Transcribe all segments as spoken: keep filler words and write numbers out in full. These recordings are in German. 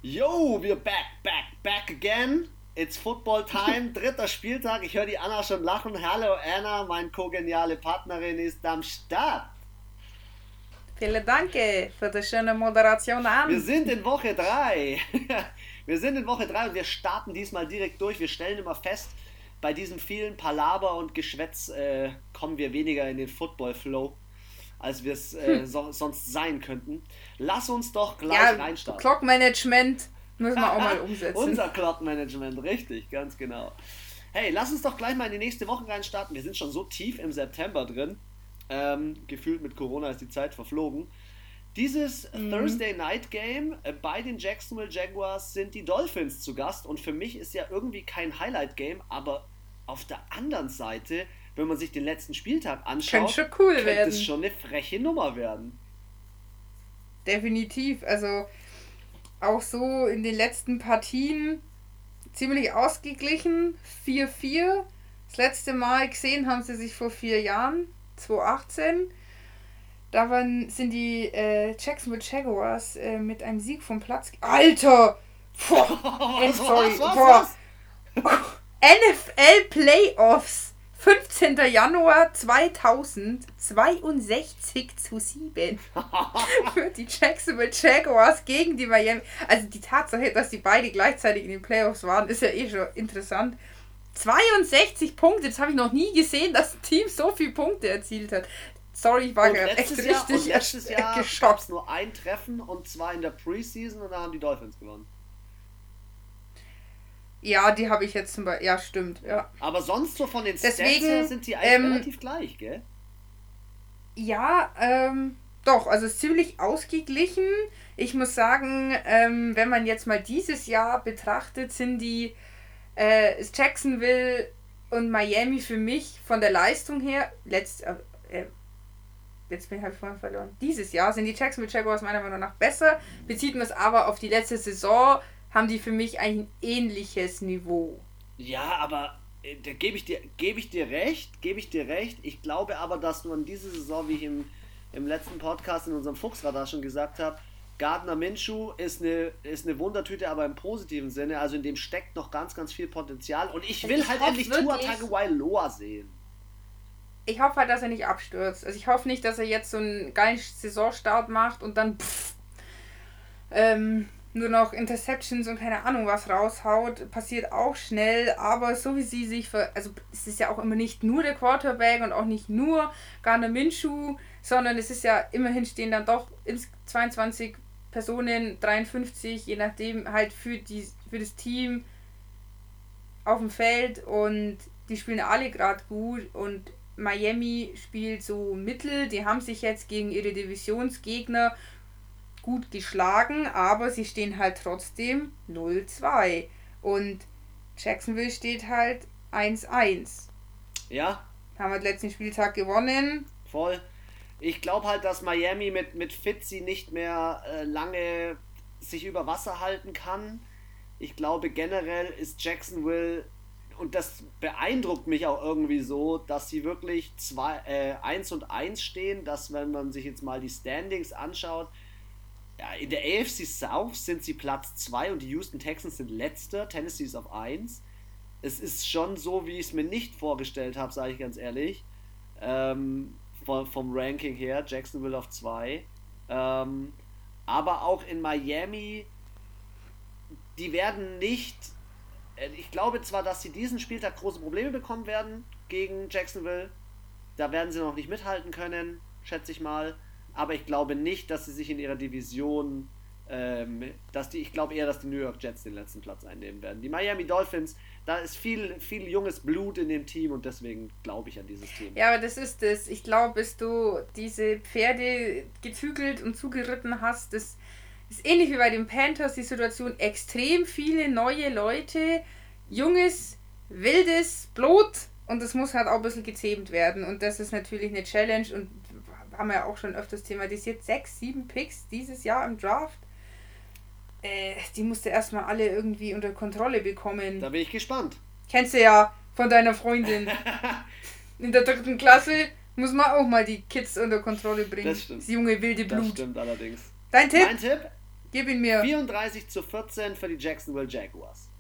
Yo, we're back, back, back again. It's football time, dritter Spieltag. Ich höre die Anna schon lachen. Hallo Anna, meine kogeniale Partnerin ist am Start. Vielen Dank für die schöne Moderation an. Wir sind in Woche drei. Wir sind in Woche drei und wir starten diesmal direkt durch. Wir stellen immer fest, bei diesem vielen Palaber und Geschwätz äh, kommen wir weniger in den Football-Flow, als wir es äh, hm. so, sonst sein könnten. Lass uns doch gleich ja, reinstarten. Clock-Management müssen wir auch mal umsetzen. Unser Clock-Management, richtig, ganz genau. Hey, lass uns doch gleich mal in die nächste Woche reinstarten. Wir sind schon so tief im September drin. Ähm, gefühlt mit Corona ist die Zeit verflogen. Dieses mhm. Thursday Night Game äh, bei den Jacksonville Jaguars sind die Dolphins zu Gast und für mich ist ja irgendwie kein Highlight Game, aber auf der anderen Seite, wenn man sich den letzten Spieltag anschaut, schon cool könnte werden. es schon eine freche Nummer werden. Definitiv, also auch so in den letzten Partien ziemlich ausgeglichen, vier vier. Das letzte Mal gesehen haben sie sich vor vier Jahren, zwanzig achtzehn. Da waren, sind die äh, Jacksonville Jaguars äh, mit einem Sieg vom Platz... Alter! Boah, was, sorry, was, was, boah. Was? N F L Playoffs, fünfzehnter Januar zweitausendzweiundsechzig zu sieben für die Jacksonville Jaguars gegen die Miami. Also die Tatsache, dass die beide gleichzeitig in den Playoffs waren, ist ja eh schon interessant. zweiundsechzig Punkte, das habe ich noch nie gesehen, dass ein Team so viele Punkte erzielt hat. Sorry, ich war gerade echt Jahr, richtig und letztes Jahr geschockt. gab es nur ein Treffen und zwar in der Preseason und da haben die Dolphins gewonnen. Ja, die habe ich jetzt zum Beispiel. Ja, stimmt. Ja. Aber sonst so von den Deswegen, Stats her sind die eigentlich ähm, relativ gleich, gell? Ja, ähm, doch, also ist ziemlich ausgeglichen. Ich muss sagen, ähm, wenn man jetzt mal dieses Jahr betrachtet, sind die äh, ist Jacksonville und Miami für mich von der Leistung her, letzt, äh, jetzt bin ich halt vorhin verloren. Dieses Jahr sind die Jacksonville Jaguars meiner Meinung nach besser. Bezieht man es aber auf die letzte Saison, haben die für mich eigentlich ein ähnliches Niveau. Ja, aber äh, da gebe ich dir, gebe ich dir recht, gebe ich dir recht. Ich glaube aber, dass du an diese Saison, wie ich im, im letzten Podcast in unserem Fuchsradar schon gesagt habe, Gardner Minshew ist eine, ist eine Wundertüte, aber im positiven Sinne. Also in dem steckt noch ganz, ganz viel Potenzial. Und ich will ich halt endlich Tua Tagovailoa sehen. Ich hoffe halt, dass er nicht abstürzt. Also ich hoffe nicht, dass er jetzt so einen geilen Saisonstart macht und dann pff, ähm, nur noch Interceptions und keine Ahnung was raushaut. Passiert auch schnell, aber so wie sie sich... Ver- also es ist ja auch immer nicht nur der Quarterback und auch nicht nur Gardner Minshew, sondern es ist ja immerhin stehen dann doch zweiundzwanzig Personen, dreiundfünfzig, je nachdem halt für, die, für das Team auf dem Feld und die spielen alle gerade gut und Miami spielt so mittel, die haben sich jetzt gegen ihre Divisionsgegner gut geschlagen, aber sie stehen halt trotzdem null zwei und Jacksonville steht halt eins eins. Ja. Haben wir den letzten Spieltag gewonnen. Voll. Ich glaube halt, dass Miami mit, mit Fitzy nicht mehr äh, lange sich über Wasser halten kann. Ich glaube generell ist Jacksonville, und das beeindruckt mich auch irgendwie so, dass sie wirklich zwei, äh, eins und eins stehen, dass wenn man sich jetzt mal die Standings anschaut, ja, in der A F C South sind sie Platz zwei und die Houston Texans sind letzter, Tennessee ist auf eins. Es ist schon so, wie ich es mir nicht vorgestellt habe, sage ich ganz ehrlich. Ähm, vom, vom Ranking her, Jacksonville auf zwei. Ähm, aber auch in Miami, die werden nicht... Ich glaube zwar, dass sie diesen Spieltag große Probleme bekommen werden gegen Jacksonville. Da werden sie noch nicht mithalten können, schätze ich mal. Aber ich glaube nicht, dass sie sich in ihrer Division, ähm, dass die, ich glaube eher, dass die New York Jets den letzten Platz einnehmen werden. Die Miami Dolphins, da ist viel, viel junges Blut in dem Team und deswegen glaube ich an dieses Team. Ja, aber das ist es. Ich glaube, bis du diese Pferde gezügelt und zugeritten hast, das ist ähnlich wie bei den Panthers die Situation, extrem viele neue Leute, junges, wildes Blut und das muss halt auch ein bisschen gezähmt werden und das ist natürlich eine Challenge und haben wir ja auch schon öfters thematisiert, sechs, sieben Picks dieses Jahr im Draft, äh, die musst du erstmal alle irgendwie unter Kontrolle bekommen. Da bin ich gespannt. Kennst du ja von deiner Freundin. In der dritten Klasse muss man auch mal die Kids unter Kontrolle bringen. Das stimmt. Das junge wilde Blut. Das stimmt allerdings. Dein Tipp? Mein Tipp? Gib ihn mir. vierunddreißig zu vierzehn für die Jacksonville Jaguars.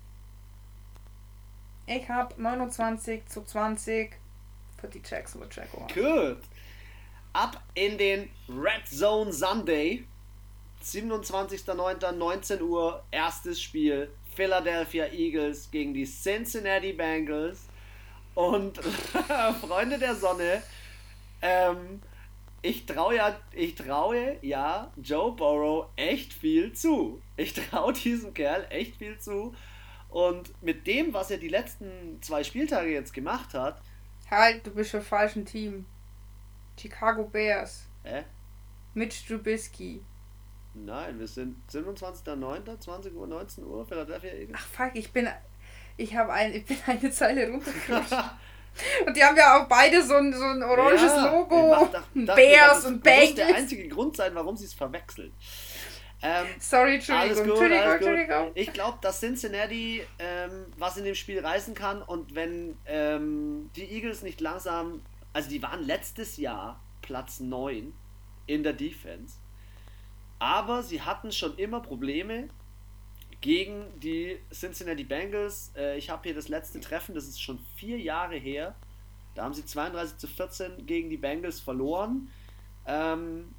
Ich habe neunundzwanzig zu zwanzig für die Jacksonville Jaguars. Gut. Ab in den Red Zone Sunday. siebenundzwanzigster neunter neunzehn Uhr. Erstes Spiel. Philadelphia Eagles gegen die Cincinnati Bengals. Und Freunde der Sonne, ähm, ich traue ja, ich traue ja Joe Burrow echt viel zu. Ich traue diesem Kerl echt viel zu. Und mit dem, was er die letzten zwei Spieltage jetzt gemacht hat. Halt, du bist im falschen Team. Chicago Bears. Hä? Mitch Trubisky. Nein, wir sind siebenundzwanzigster neunter zwanzig Uhr, neunzehn Uhr, Philadelphia Eagles. Ach fuck, ich bin. Ich habe ein, ich bin eine Zeile runtergerutscht. Und die haben ja auch beide so ein, so ein oranges Ja, Logo. ich mach- dachte, Bears das und muss der Bengals. einzige Grund sein, warum sie es verwechseln. Ähm, Sorry, Alles Entschuldigung. gut, Entschuldigung, alles gut. Entschuldigung. Ich glaube, dass Cincinnati ähm, was in dem Spiel reißen kann und wenn ähm, die Eagles nicht langsam, also die waren letztes Jahr Platz neun in der Defense, aber sie hatten schon immer Probleme gegen die Cincinnati Bengals. Äh, ich habe hier das letzte Treffen, das ist schon vier Jahre her, da haben sie zweiunddreißig zu vierzehn gegen die Bengals verloren. Ähm,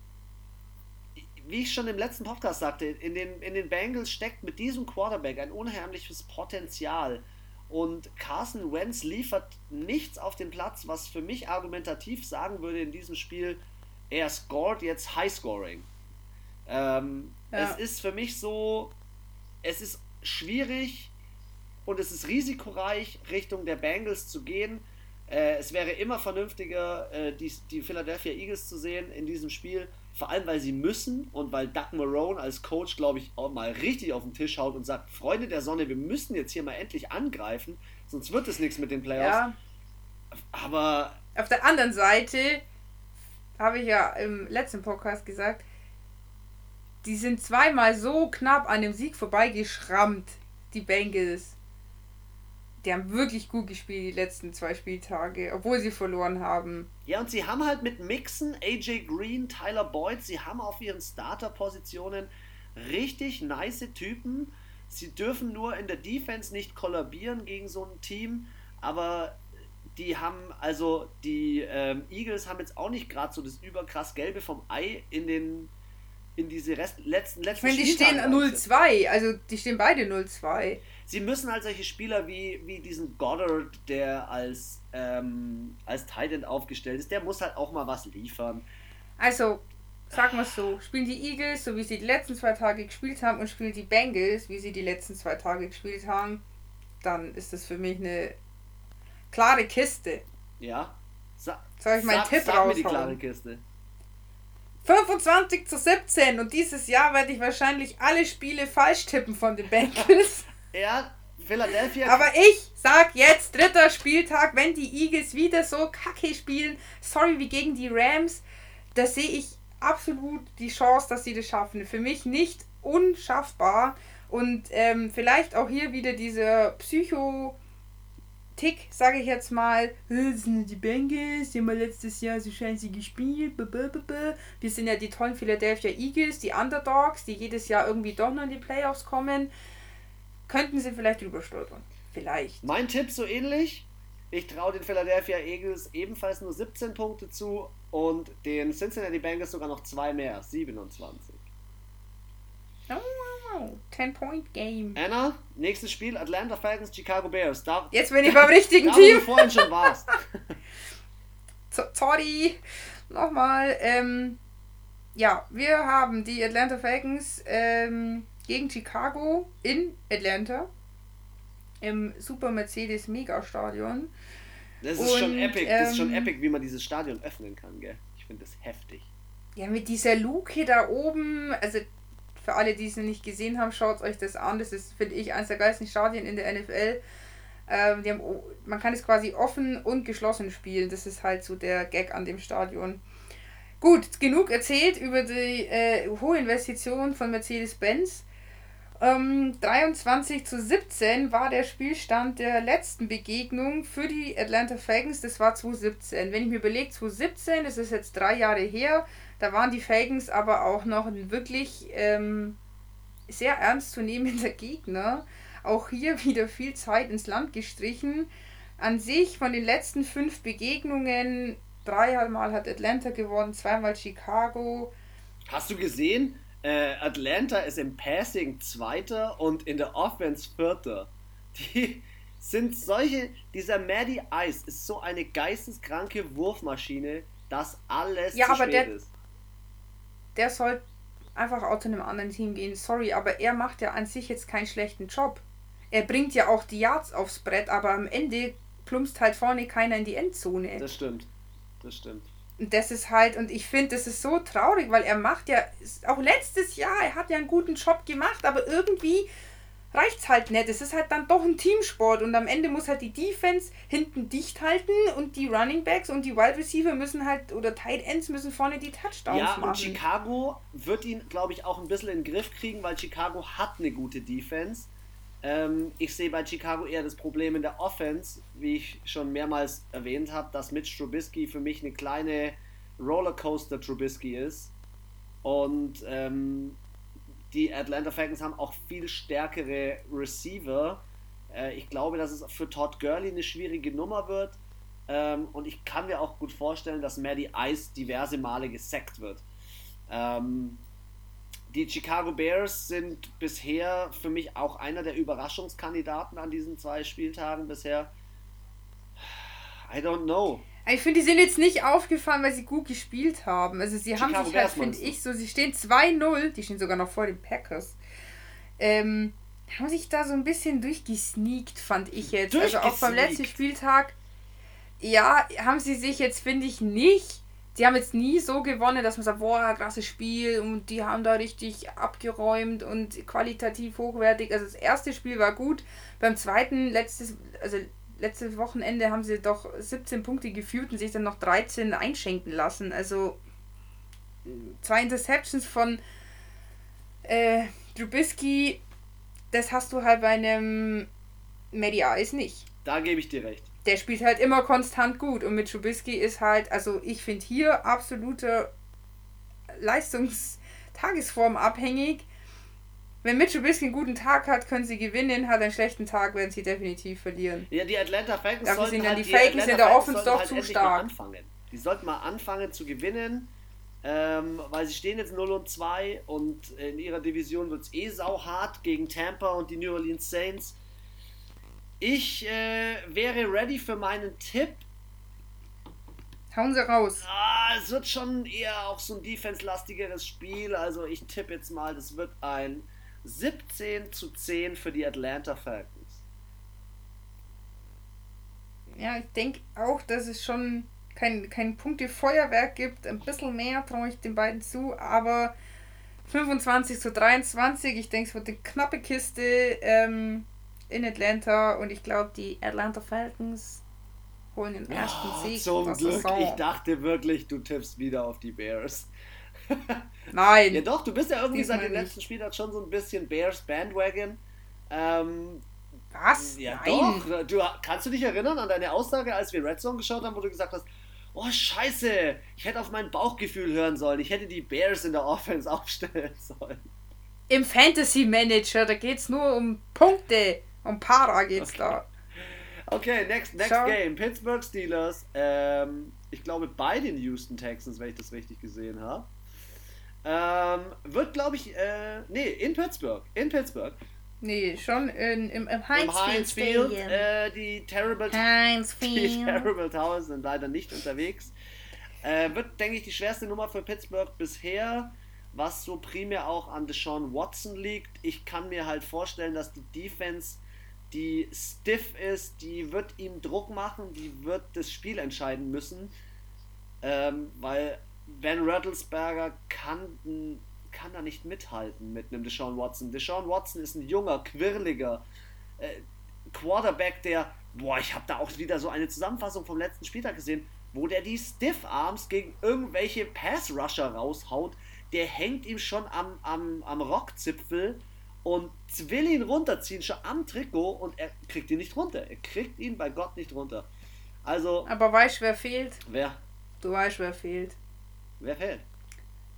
wie ich schon im letzten Podcast sagte, in den, in den Bengals steckt mit diesem Quarterback ein unheimliches Potenzial. Und Carson Wentz liefert nichts auf den Platz, was für mich argumentativ sagen würde in diesem Spiel, er scored jetzt Highscoring. Ähm, Ja. Es ist für mich so, es ist schwierig und es ist risikoreich, Richtung der Bengals zu gehen. Äh, es wäre immer vernünftiger, äh, die, die Philadelphia Eagles zu sehen in diesem Spiel. Vor allem, weil sie müssen und weil Doug Marrone als Coach, glaube ich, auch mal richtig auf den Tisch haut und sagt, Freunde der Sonne, wir müssen jetzt hier mal endlich angreifen, sonst wird es nichts mit den Playoffs. Ja. Aber Auf der anderen Seite habe ich ja im letzten Podcast gesagt, die sind zweimal so knapp an dem Sieg vorbeigeschrammt, die Bengals. Die haben wirklich gut gespielt die letzten zwei Spieltage, obwohl sie verloren haben. ja, und sie haben halt mit Mixon, A J Green, Tyler Boyd, sie haben auf ihren Starter-Positionen richtig nice Typen. Sie dürfen nur in der Defense nicht kollabieren gegen so ein Team, aber die haben, also die ähm, Eagles haben jetzt auch nicht gerade so das überkrass Gelbe vom Ei in den in diese Rest, letzten letzten Ich meine, die Spieltage stehen null eingesetzt. zwei, also die stehen beide null zwei. Sie müssen halt solche Spieler wie, wie diesen Goddard, der als, ähm, als Tight End aufgestellt ist, der muss halt auch mal was liefern. Also, sagen wir es so, spielen die Eagles, so wie sie die letzten zwei Tage gespielt haben, und spielen die Bengals, wie sie die letzten zwei Tage gespielt haben, dann ist das für mich eine klare Kiste. Ja? Sa Soll ich meinen sag, Tipp sag mir die raushauen? klare Kiste. fünfundzwanzig zu siebzehn, und dieses Jahr werde ich wahrscheinlich alle Spiele falsch tippen von den Bengals. Ja, Philadelphia. Aber ich sag jetzt, dritter Spieltag, wenn die Eagles wieder so kacke spielen, sorry, wie gegen die Rams, da sehe ich absolut die Chance, dass sie das schaffen. Für mich nicht unschaffbar. Und ähm, vielleicht auch hier wieder dieser Psycho- Tick, sage ich jetzt mal, das sind die Bengals, die haben wir letztes Jahr so scheiße gespielt, blablabla. Wir sind ja die tollen Philadelphia Eagles, die Underdogs, die jedes Jahr irgendwie doch noch in die Playoffs kommen. Könnten sie vielleicht überstolpern. Vielleicht. Mein Tipp so ähnlich. Ich traue den Philadelphia Eagles ebenfalls nur siebzehn Punkte zu und den Cincinnati Bengals sogar noch zwei mehr, siebenundzwanzig. Oh, wow. ten-Point-Game. Anna, nächstes Spiel, Atlanta Falcons, Chicago Bears. Da, Jetzt bin ich beim richtigen da wo du Team. vorhin schon warst. So- Sorry. Nochmal. Ähm, ja, wir haben die Atlanta Falcons ähm, gegen Chicago in Atlanta. Im Super Mercedes Megastadion. Das ist schon Und, epic, das ist schon ähm, epic, wie man dieses Stadion öffnen kann, gell? Ich finde das heftig. Ja, mit dieser Luke da oben, also für alle, die es noch nicht gesehen haben, schaut euch das an. Das ist, finde ich, eines der geilsten Stadien in der N F L. Ähm, die haben, man kann es quasi offen und geschlossen spielen. Das ist halt so der Gag an dem Stadion. Gut, genug erzählt über die äh, hohe Investition von Mercedes-Benz. Ähm, dreiundzwanzig zu siebzehn war der Spielstand der letzten Begegnung für die Atlanta Falcons. Das war zwanzig siebzehn. Wenn ich mir überlege, zwanzig siebzehn, das ist jetzt drei Jahre her, da waren die Falcons aber auch noch ein wirklich ähm, sehr ernstzunehmender Gegner. Auch hier wieder viel Zeit ins Land gestrichen. An sich von den letzten fünf Begegnungen, dreimal hat Atlanta gewonnen, zweimal Chicago. Hast du gesehen, äh, Atlanta ist im Passing Zweiter und in der Offense Vierter. Die sind solche, dieser Matty Ice ist so eine geisteskranke Wurfmaschine, dass alles ja, zu aber spät der, ist. Der soll einfach auch zu einem anderen Team gehen. Sorry, aber er macht ja an sich jetzt keinen schlechten Job. Er bringt ja auch die Yards aufs Brett, aber am Ende plumpst halt vorne keiner in die Endzone. Das stimmt, das stimmt. Und das ist halt, und ich finde, das ist so traurig, weil er macht ja, auch letztes Jahr, er hat ja einen guten Job gemacht, aber irgendwie reicht's halt nicht. Es ist halt dann doch ein Teamsport und am Ende muss halt die Defense hinten dicht halten und die Running Backs und die Wide Receiver müssen halt, oder Tight Ends müssen vorne die Touchdowns ja, machen. Ja, und Chicago wird ihn, glaube ich, auch ein bisschen in den Griff kriegen, weil Chicago hat eine gute Defense. Ähm, ich sehe bei Chicago eher das Problem in der Offense, wie ich schon mehrmals erwähnt habe, dass Mitch Trubisky für mich eine kleine Rollercoaster Trubisky ist. Und ähm, die Atlanta Falcons haben auch viel stärkere Receiver. Äh, ich glaube, dass es für Todd Gurley eine schwierige Nummer wird. Ähm, und ich kann mir auch gut vorstellen, dass Matty Ice diverse Male gesackt wird. Ähm, die Chicago Bears sind bisher für mich auch einer der Überraschungskandidaten an diesen zwei Spieltagen bisher. I don't know. Ich finde, die sind jetzt nicht aufgefallen, weil sie gut gespielt haben. Also sie Chicago haben sich halt, finde ich, so, sie stehen zwei null, die stehen sogar noch vor den Packers. Ähm, haben sich da so ein bisschen durchgesneakt, fand ich jetzt. Also auch beim letzten Spieltag, ja, haben sie sich jetzt, finde ich, nicht. Die haben jetzt nie so gewonnen, dass man sagt, boah, krasses Spiel und die haben da richtig abgeräumt und qualitativ hochwertig. Also das erste Spiel war gut. Beim zweiten, letztes, also letztes Wochenende haben sie doch siebzehn Punkte geführt und sich dann noch dreizehn einschenken lassen. Also zwei Interceptions von äh, Trubisky, das hast du halt bei einem Matty Ice nicht. Da gebe ich dir recht. Der spielt halt immer konstant gut und mit Trubisky ist halt, also ich finde hier absolute Leistungstagesform abhängig. Wenn Mitch Trubisky einen guten Tag hat, können sie gewinnen, hat einen schlechten Tag, werden sie definitiv verlieren. Ja, die Atlanta Falcons Dafür sollten sind dann halt, die Falcons in der Offense doch halt zu endlich stark. Mal anfangen. Die sollten mal anfangen zu gewinnen, ähm, weil sie stehen jetzt null und zwei und in ihrer Division wird es eh sauhart gegen Tampa und die New Orleans Saints. Ich äh, wäre ready für meinen Tipp. Hauen sie raus. Ah, es wird schon eher auch so ein defense-lastigeres Spiel. Also ich tippe jetzt mal, das wird ein siebzehn zu zehn für die Atlanta Falcons. Ja, ich denke auch, dass es schon kein, kein Punktefeuerwerk gibt. Ein bisschen mehr traue ich den beiden zu, aber fünfundzwanzig zu dreiundzwanzig. Ich denke, es wird eine knappe Kiste ähm, in Atlanta und ich glaube, die Atlanta Falcons holen den ersten oh, Sieg. Zum Glück, ich dachte wirklich, du tippst wieder auf die Bears. Nein. Ja doch, du bist ja irgendwie seit dem nicht. letzten Spiel schon so ein bisschen Bears Bandwagon. Ähm, Was? ja Nein. doch. Du, kannst du dich erinnern an deine Aussage, als wir Red Zone geschaut haben, wo du gesagt hast, oh scheiße, ich hätte auf mein Bauchgefühl hören sollen. Ich hätte die Bears in der Offense aufstellen sollen. Im Fantasy Manager, da geht's nur um Punkte. Um Para geht's okay. da. Okay, next, next Ciao. Game. Pittsburgh Steelers. Ähm, ich glaube bei den Houston Texans, wenn ich das richtig gesehen habe. Ähm, wird, glaube ich, äh, nee, in Pittsburgh. In Pittsburgh. Nee, schon in, im, im Heinz, Im Heinz Field. Äh, die Terrible, Heinz die Terrible Towers sind leider nicht unterwegs. Äh, wird, denke ich, die schwerste Nummer für Pittsburgh bisher, was so primär auch an Deshaun Watson liegt. Ich kann mir halt vorstellen, dass die Defense, die stiff ist, die wird ihm Druck machen, die wird das Spiel entscheiden müssen, ähm, weil Ben Roethlisberger kann, kann da nicht mithalten mit einem Deshaun Watson. Deshaun Watson ist ein junger, quirliger äh, Quarterback, der, boah, ich habe da auch wieder so eine Zusammenfassung vom letzten Spieltag gesehen, wo der die Stiff Arms gegen irgendwelche Pass-Rusher raushaut. Der hängt ihm schon am, am, am Rockzipfel und will ihn runterziehen, schon am Trikot, und er kriegt ihn nicht runter. Er kriegt ihn bei Gott nicht runter. Also. Aber weißt du, wer fehlt? Wer? Du weißt, wer fehlt. Wer fehlt?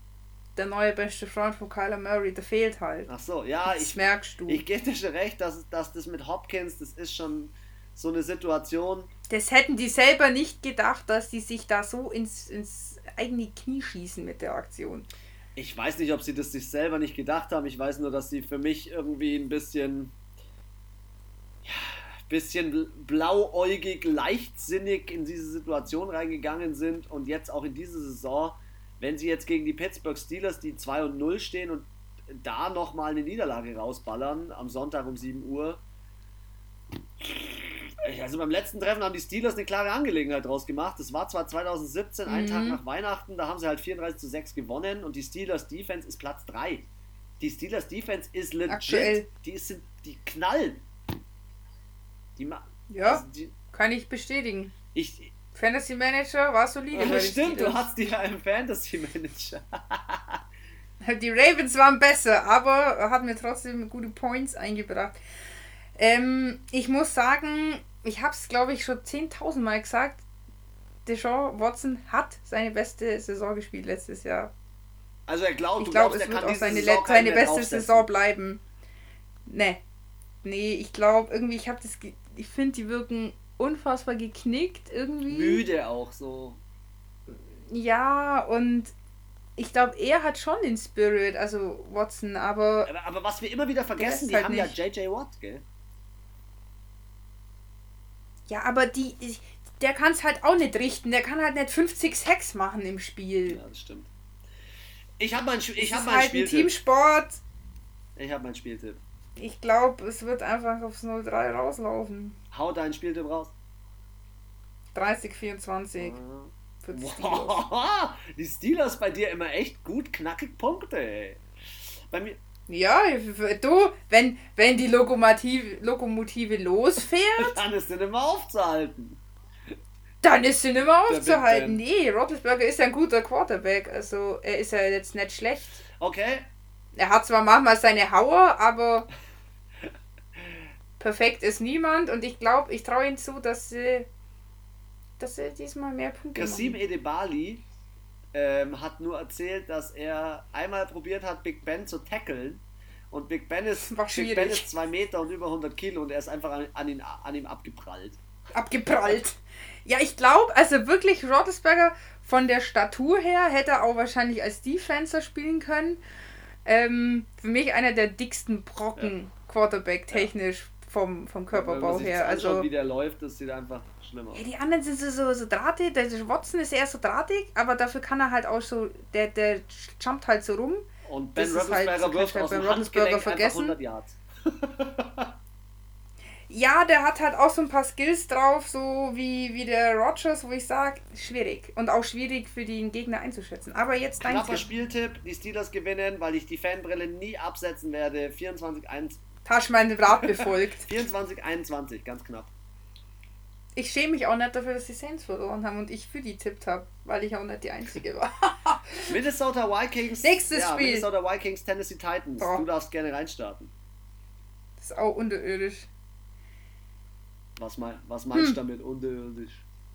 der neue beste Freund von Kyler Murray, der fehlt halt. Ach so, ja, das ich, merkst du. Ich gebe dir schon recht, dass, dass das mit Hopkins, das ist schon so eine Situation. Das hätten die selber nicht gedacht, dass die sich da so ins, ins eigene Knie schießen mit der Aktion. Ich weiß nicht, ob sie das sich selber nicht gedacht haben. Ich weiß nur, dass sie für mich irgendwie ein bisschen, ja, bisschen blauäugig, leichtsinnig in diese Situation reingegangen sind und jetzt auch in diese Saison, wenn sie jetzt gegen die Pittsburgh Steelers, die zwei und null stehen und da nochmal eine Niederlage rausballern, am Sonntag um sieben Uhr. Also beim letzten Treffen haben die Steelers eine klare Angelegenheit draus gemacht. Das war zwar zwanzig siebzehn, mhm. ein Tag nach Weihnachten, da haben sie halt vierunddreißig zu sechs gewonnen und die Steelers Defense ist Platz drei. Die Steelers Defense ist legit. Aktuell. Die, ist, die knallen. Die ma- ja, also die, kann ich bestätigen. Ich, Fantasy Manager war solide. Ja, stimmt, du hast die ja im Fantasy Manager. Die Ravens waren besser, aber hat mir trotzdem gute Points eingebracht. Ähm, ich muss sagen, ich habe es glaube ich schon zehntausend Mal gesagt, Deshaun Watson hat seine beste Saison gespielt letztes Jahr. Also er glaubt, ich glaube, es wird auch seine, Le- seine beste aufsetzen. Saison bleiben. Ne, nee, ich glaube irgendwie, ich habe das, ge- ich finde, die wirken unfassbar geknickt irgendwie. Müde auch so. Ja, und ich glaube, er hat schon den Spirit, also Watson, aber... Aber, aber was wir immer wieder vergessen, die halt haben nicht. ja J J Watt, gell? Ja, aber die, der kann es halt auch nicht richten. Der kann halt nicht fünfzig Sacks machen im Spiel. Ja, das stimmt. Ich habe mein, ich hab mein halt Spieltipp. Ein Teamsport. Ich habe mein Spieltipp. Ich glaube, es wird einfach aufs null drei rauslaufen. Hau deinen Spieltipp raus. dreißig vierundzwanzig. Ah. Für die, wow. Steelers. Die Steelers bei dir immer echt gut knackig Punkte, ey. Bei mir... Ja, du, wenn, wenn die Lokomotive, Lokomotive losfährt... Dann ist sie nicht mehr aufzuhalten. Dann ist sie nicht mehr aufzuhalten. Nee, Roethlisberger ist ja ein guter Quarterback. Also, er ist ja jetzt nicht schlecht. Okay. Er hat zwar manchmal seine Hauer, aber perfekt ist niemand. Und ich glaube, ich traue ihm zu, dass sie, dass sie diesmal mehr Punkte Kasim machen. Edebali ähm, hat nur erzählt, dass er einmal probiert hat, Big Ben zu tackeln. Und Big Ben ist, Big Ben ist zwei Meter und über hundert Kilo und er ist einfach an, an, ihn, an ihm abgeprallt. Abgeprallt. Ja, ich glaube, also wirklich Roethlisberger von der Statur her hätte er auch wahrscheinlich als Defenser spielen können. Ähm, für mich einer der dicksten Brocken, ja. Quarterback technisch ja. vom, vom Körperbau her. her. Also anschaut, wie der läuft, das sieht einfach schlimm aus. Ja, die anderen sind so, so, so drahtig, der Watson ist eher so drahtig, aber dafür kann er halt auch so, der, der jumpt halt so rum. Und Ben Roethlisberger halt, wirft aus dem Handgelenk einfach hundert Yards. Ja, der hat halt auch so ein paar Skills drauf, so wie, wie der Rodgers, wo ich sage, schwierig. Und auch schwierig für den Gegner einzuschätzen. Aber jetzt dein Knapper Spieltipp, die Steelers gewinnen, weil ich die Fanbrille nie absetzen werde. vierundzwanzig eins. Hast meinen Rat befolgt. vierundzwanzig einundzwanzig, ganz knapp. Ich schäme mich auch nicht dafür, dass die Saints verloren haben und ich für die tippt habe, weil ich auch nicht die Einzige war. Minnesota Vikings. Nächstes ja, Spiel. Minnesota Vikings, Tennessee Titans. Oh. Du darfst gerne reinstarten. Das ist auch unterirdisch. Was, mein, was meinst hm. du damit unterirdisch?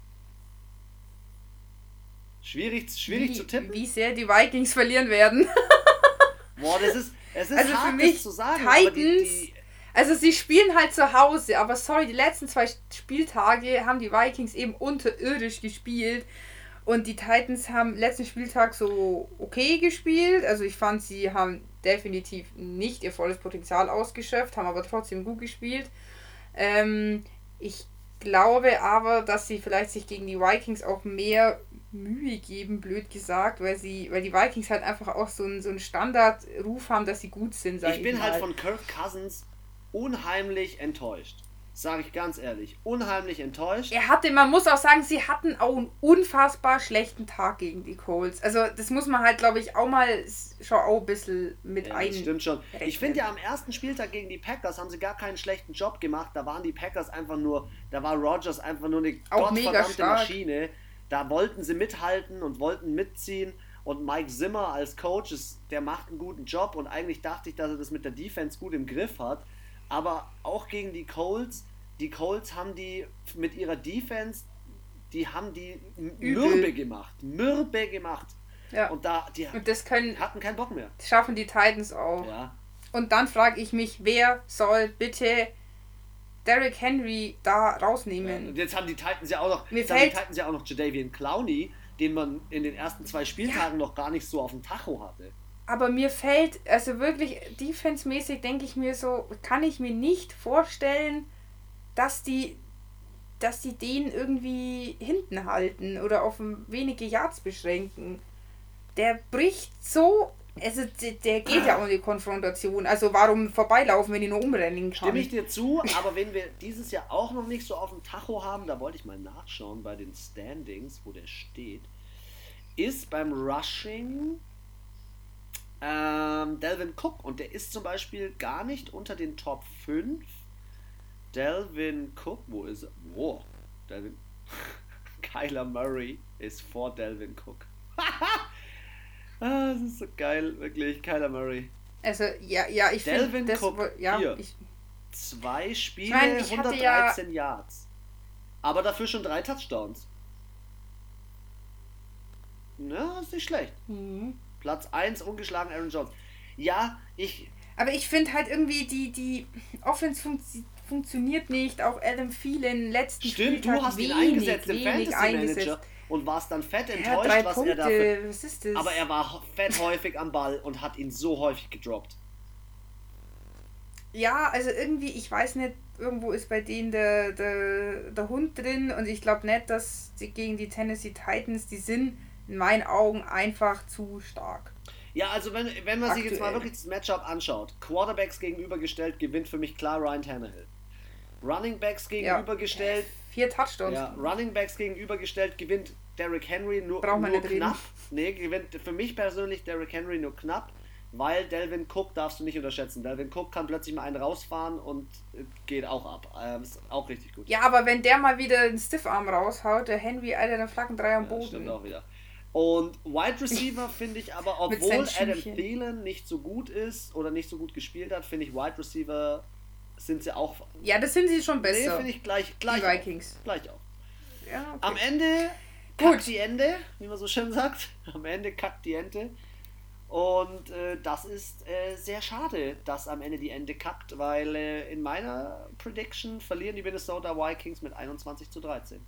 Schwierig, schwierig wie, zu tippen. Wie sehr die Vikings verlieren werden. Boah, das ist, es ist also hart, für mich das zu sagen. Titans, aber die, die also sie spielen halt zu Hause, aber sorry, die letzten zwei Spieltage haben die Vikings eben unterirdisch gespielt. Und die Titans haben letzten Spieltag so okay gespielt. Also ich fand, sie haben definitiv nicht ihr volles Potenzial ausgeschöpft, haben aber trotzdem gut gespielt. Ähm, ich glaube aber, dass sie vielleicht sich gegen die Vikings auch mehr Mühe geben, blöd gesagt, weil sie, weil die Vikings halt einfach auch so einen, so einen Standardruf haben, dass sie gut sind. Sag ich, ich bin mal. halt von Kirk Cousins unheimlich enttäuscht. Sage ich ganz ehrlich. Unheimlich enttäuscht. Er hatte, man muss auch sagen, sie hatten auch einen unfassbar schlechten Tag gegen die Colts. Also das muss man halt, glaube ich, auch mal schon auch ein bisschen mit ja, ein. Stimmt schon. Rechnen. Ich finde ja, am ersten Spieltag gegen die Packers haben sie gar keinen schlechten Job gemacht. Da waren die Packers einfach nur, da war Rodgers einfach nur eine auch gottverdammte Maschine. Da wollten sie mithalten und wollten mitziehen. Und Mike Zimmer als Coach, ist, der macht einen guten Job. Und eigentlich dachte ich, dass er das mit der Defense gut im Griff hat. Aber auch gegen die Colts, die Colts haben die mit ihrer Defense, die haben die Übel. mürbe gemacht. Mürbe gemacht. Ja. Und da, die Und das können, hatten keinen Bock mehr. schaffen die Titans auch. Ja. Und dann frage ich mich, wer soll bitte Derrick Henry da rausnehmen? Ja. Und jetzt haben die Titans ja auch noch, Mir jetzt haben die fällt- Titans ja auch noch Jadeveon Clowney, den man in den ersten zwei Spieltagen noch gar nicht so auf dem Tacho hatte. Aber mir fällt, also wirklich defensemäßig denke ich mir so, kann ich mir nicht vorstellen, dass die, dass die den irgendwie hinten halten oder auf wenige Yards beschränken. Der bricht so, also der, der geht ja um die Konfrontation. Also warum vorbeilaufen, wenn ich nur umrennen kann? Stimme ich dir zu, aber wenn wir dieses Jahr auch noch nicht so auf dem Tacho haben, da wollte ich mal nachschauen bei den Standings, wo der steht, ist beim Rushing ähm, Dalvin Cook und der ist zum Beispiel gar nicht unter den Top fünf. Dalvin Cook, wo ist er? Wow, Dalvin Kyler Murray ist vor Dalvin Cook. ah, das ist so geil, wirklich, Kyler Murray. Also ja, ja, ich finde Dalvin das, Cook, ja, hier. ich, Zwei Spiele, Ich meine, ich hatte hundertdreizehn Yards. Aber dafür schon drei Touchdowns. Na, ist nicht schlecht. Mhm. Platz eins ungeschlagen Aaron Jones. Ja, ich. Aber ich finde halt irgendwie, die, die Offense funktio- funktioniert nicht. Auch Adam Thielen letzten Stimmt, Spieltag du hast ihn wenig, eingesetzt im wenig Fantasy eingesetzt. Manager und warst dann fett Ja, enttäuscht, drei was Punkte, er dafür. was ist das? Aber er war fett häufig am Ball und hat ihn so häufig gedroppt. Ja, also irgendwie, ich weiß nicht, irgendwo ist bei denen der, der, der Hund drin und ich glaube nicht, dass die gegen die Tennessee Titans, die sind in meinen Augen einfach zu stark. Ja, also wenn, wenn man sich jetzt mal Aktuell. wirklich das Matchup anschaut, Quarterbacks gegenübergestellt, gewinnt für mich klar Ryan Tannehill. Running Backs gegenübergestellt, Vier Touchdowns. ja, Running Backs gegenübergestellt, gewinnt Derrick Henry nur, Braucht man nur nicht reden. knapp. Nee, gewinnt für mich persönlich Derrick Henry nur knapp, weil Dalvin Cook darfst du nicht unterschätzen. Dalvin Cook kann plötzlich mal einen rausfahren und äh, geht auch ab. Ähm, ist auch richtig gut. Ja, aber wenn der mal wieder einen Stiffarm raushaut, der Henry, Alter, der flacken drei am Ja, Boden. stimmt auch wieder. Und Wide Receiver finde ich aber, Mit obwohl seinen Adam Schienchen. Thielen nicht so gut ist oder nicht so gut gespielt hat, finde ich Wide Receiver sind sie auch. Ja, das sind sie schon Nee, besser. finde ich gleich, gleich Die Vikings. Auf. Gleich auf. Ja, okay. Am Ende Gut. kackt die Ende, wie man so schön sagt. Am Ende kackt die Ente. Und äh, das ist äh, sehr schade, dass am Ende die Ente kackt, weil äh, in meiner Prediction verlieren die Minnesota Vikings mit einundzwanzig zu dreizehn.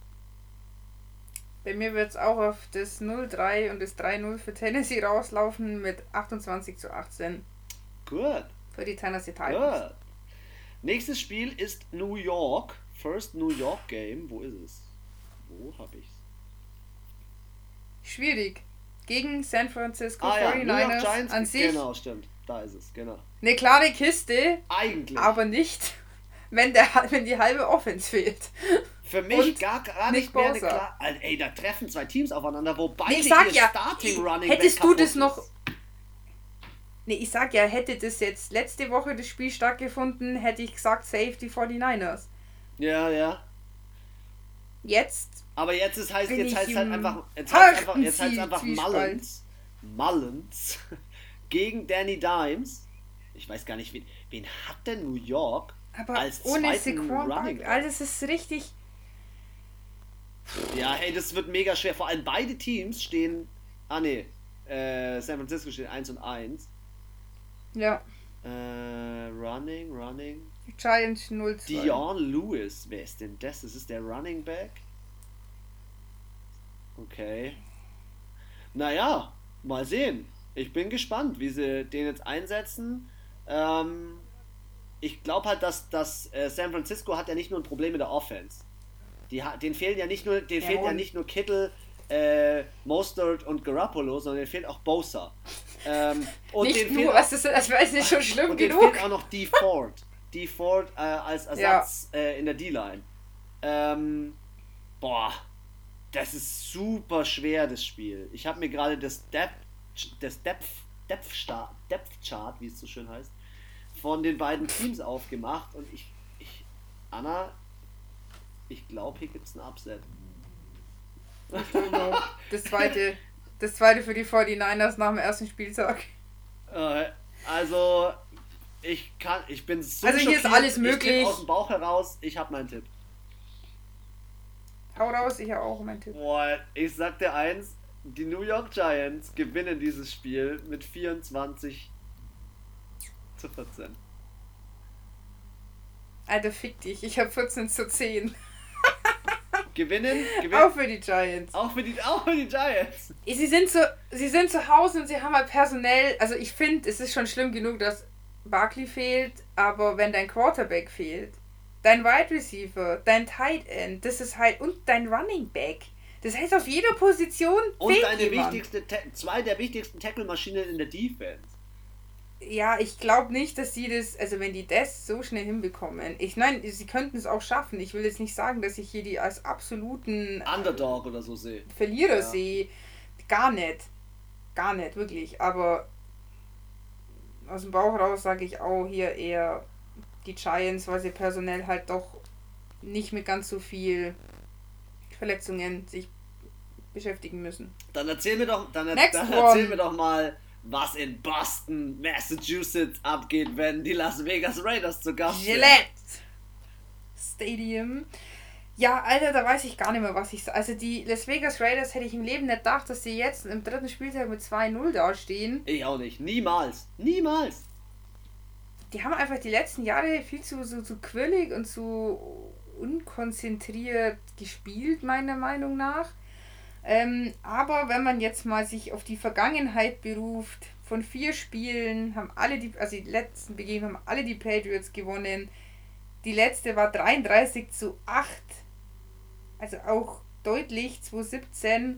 Bei mir wird es auch auf das null drei und das drei null für Tennessee rauslaufen mit achtundzwanzig zu achtzehn Gut. für die Tennessee Titans. Ja. Nächstes Spiel ist New York. First New York Game. Wo ist es? Wo habe ich's? Schwierig. Gegen San Francisco Ah ja, New York forty-niners Giants. an sich Genau, stimmt. Da ist es, genau. eine klare Kiste, Eigentlich. aber nicht, wenn, der, wenn die halbe Offense fehlt. Für mich und gar, gar Nick nicht mehr eine Bosa. klar. Alter, ey, da treffen zwei Teams aufeinander, wo beide Nee, ich sag ihr ja, Starting ich- Running hättest Back du das kaputt noch- ist. Nee, ich sag ja, hätte das jetzt letzte Woche das Spiel stattgefunden, hätte ich gesagt, save die forty-niners. Ja, ja. Jetzt, Aber jetzt ist heißt, Bin jetzt ich heißt halt im einfach, jetzt heißt einfach, jetzt heißt harten einfach Zwiespalt. Mullins, Mullins gegen Danny Dimes. Ich weiß gar nicht, wen, wen hat denn New York aber als ohne zweiten Saquon Running Barkley, Back? alles ist richtig. Ja, hey, das wird mega schwer. Vor allem beide Teams stehen. Ah ne, äh, San Francisco steht eins und eins. Ja, Äh, running, running. Giants null zwei. Dion Lewis, wer ist denn das? Das ist der Running Back. Okay. Naja, mal sehen. Ich bin gespannt, wie sie den jetzt einsetzen. Ähm, ich glaube halt, dass, dass äh, San Francisco hat ja nicht nur ein Problem mit der Offense. Die, ha- denen fehlen ja nicht nur, denen Ja, fehlt ja und- nicht nur Kittle, äh, Mostert und Garoppolo, sondern denen fehlt auch Bosa. Ähm, und Nicht denen nur, fehlt was ist das? Das ist nicht schon schlimm und denen genug. fehlt auch noch D. Ford. D. Ford äh, als Ersatz äh, in der D-Line. Ähm, boah, das ist super schwer, das Spiel. Ich habe mir gerade das Depth, das Depth, Depth, Star, Depth Chart, wie es so schön heißt, von den beiden Teams aufgemacht und ich, ich Anna, ich glaube, hier gibt es ein Upset. Das zweite, das zweite für die forty-niners nach dem ersten Spieltag. Äh, also, ich kann, ich bin so Also hier ist schockiert. alles Ich möglich. tippe aus dem Bauch heraus, ich habe meinen Tipp. Hau raus, ich habe auch mein Tipp. Boah, ich sag dir eins, Die New York Giants gewinnen dieses Spiel mit vierundzwanzig zu vierzehn. Alter, fick dich. Ich habe vierzehn zu zehn. Gewinnen, gewinnen. Auch für die Giants. Auch für die, auch für die Giants. Sie sind, zu, sie sind zu Hause und sie haben halt personell, also ich finde, es ist schon schlimm genug, dass Barkley fehlt, aber wenn dein Quarterback fehlt, dein Wide Receiver, dein Tight End, das ist halt, und dein Running Back, das heißt auf jeder Position und fehlt deine jemand. wichtigste, zwei der wichtigsten Tackle-Maschinen in der Defense. Ja, ich glaube nicht, dass sie das, also wenn die das so schnell hinbekommen, ich meine, sie könnten es auch schaffen. Ich will jetzt nicht sagen, dass ich hier die als absoluten Underdog oder so sehe. Verlierer Ja. sehe. Gar nicht. Gar nicht, wirklich. Aber aus dem Bauch raus sage ich auch hier eher die Giants, weil sie personell halt doch nicht mit ganz so viel Verletzungen sich beschäftigen müssen. Dann erzähl mir doch, dann, Next dann one. erzähl mir doch mal, was in Boston, Massachusetts abgeht, wenn die Las Vegas Raiders zu Gast sind. Gillette Stadium. Ja, Alter, da weiß ich gar nicht mehr, was ich sage. Also die Las Vegas Raiders hätte ich im Leben nicht gedacht, dass sie jetzt im dritten Spieltag mit zwei null dastehen. Ich auch nicht. Niemals. Niemals. Die haben einfach die letzten Jahre viel zu, so, zu quirlig und zu unkonzentriert gespielt, meiner Meinung nach. Ähm, aber wenn man jetzt mal sich auf die Vergangenheit beruft, von vier Spielen haben alle die, also die letzten Begegnungen haben alle die Patriots gewonnen. Die letzte war dreiunddreißig zu acht. Also auch deutlich, zwanzig siebzehn.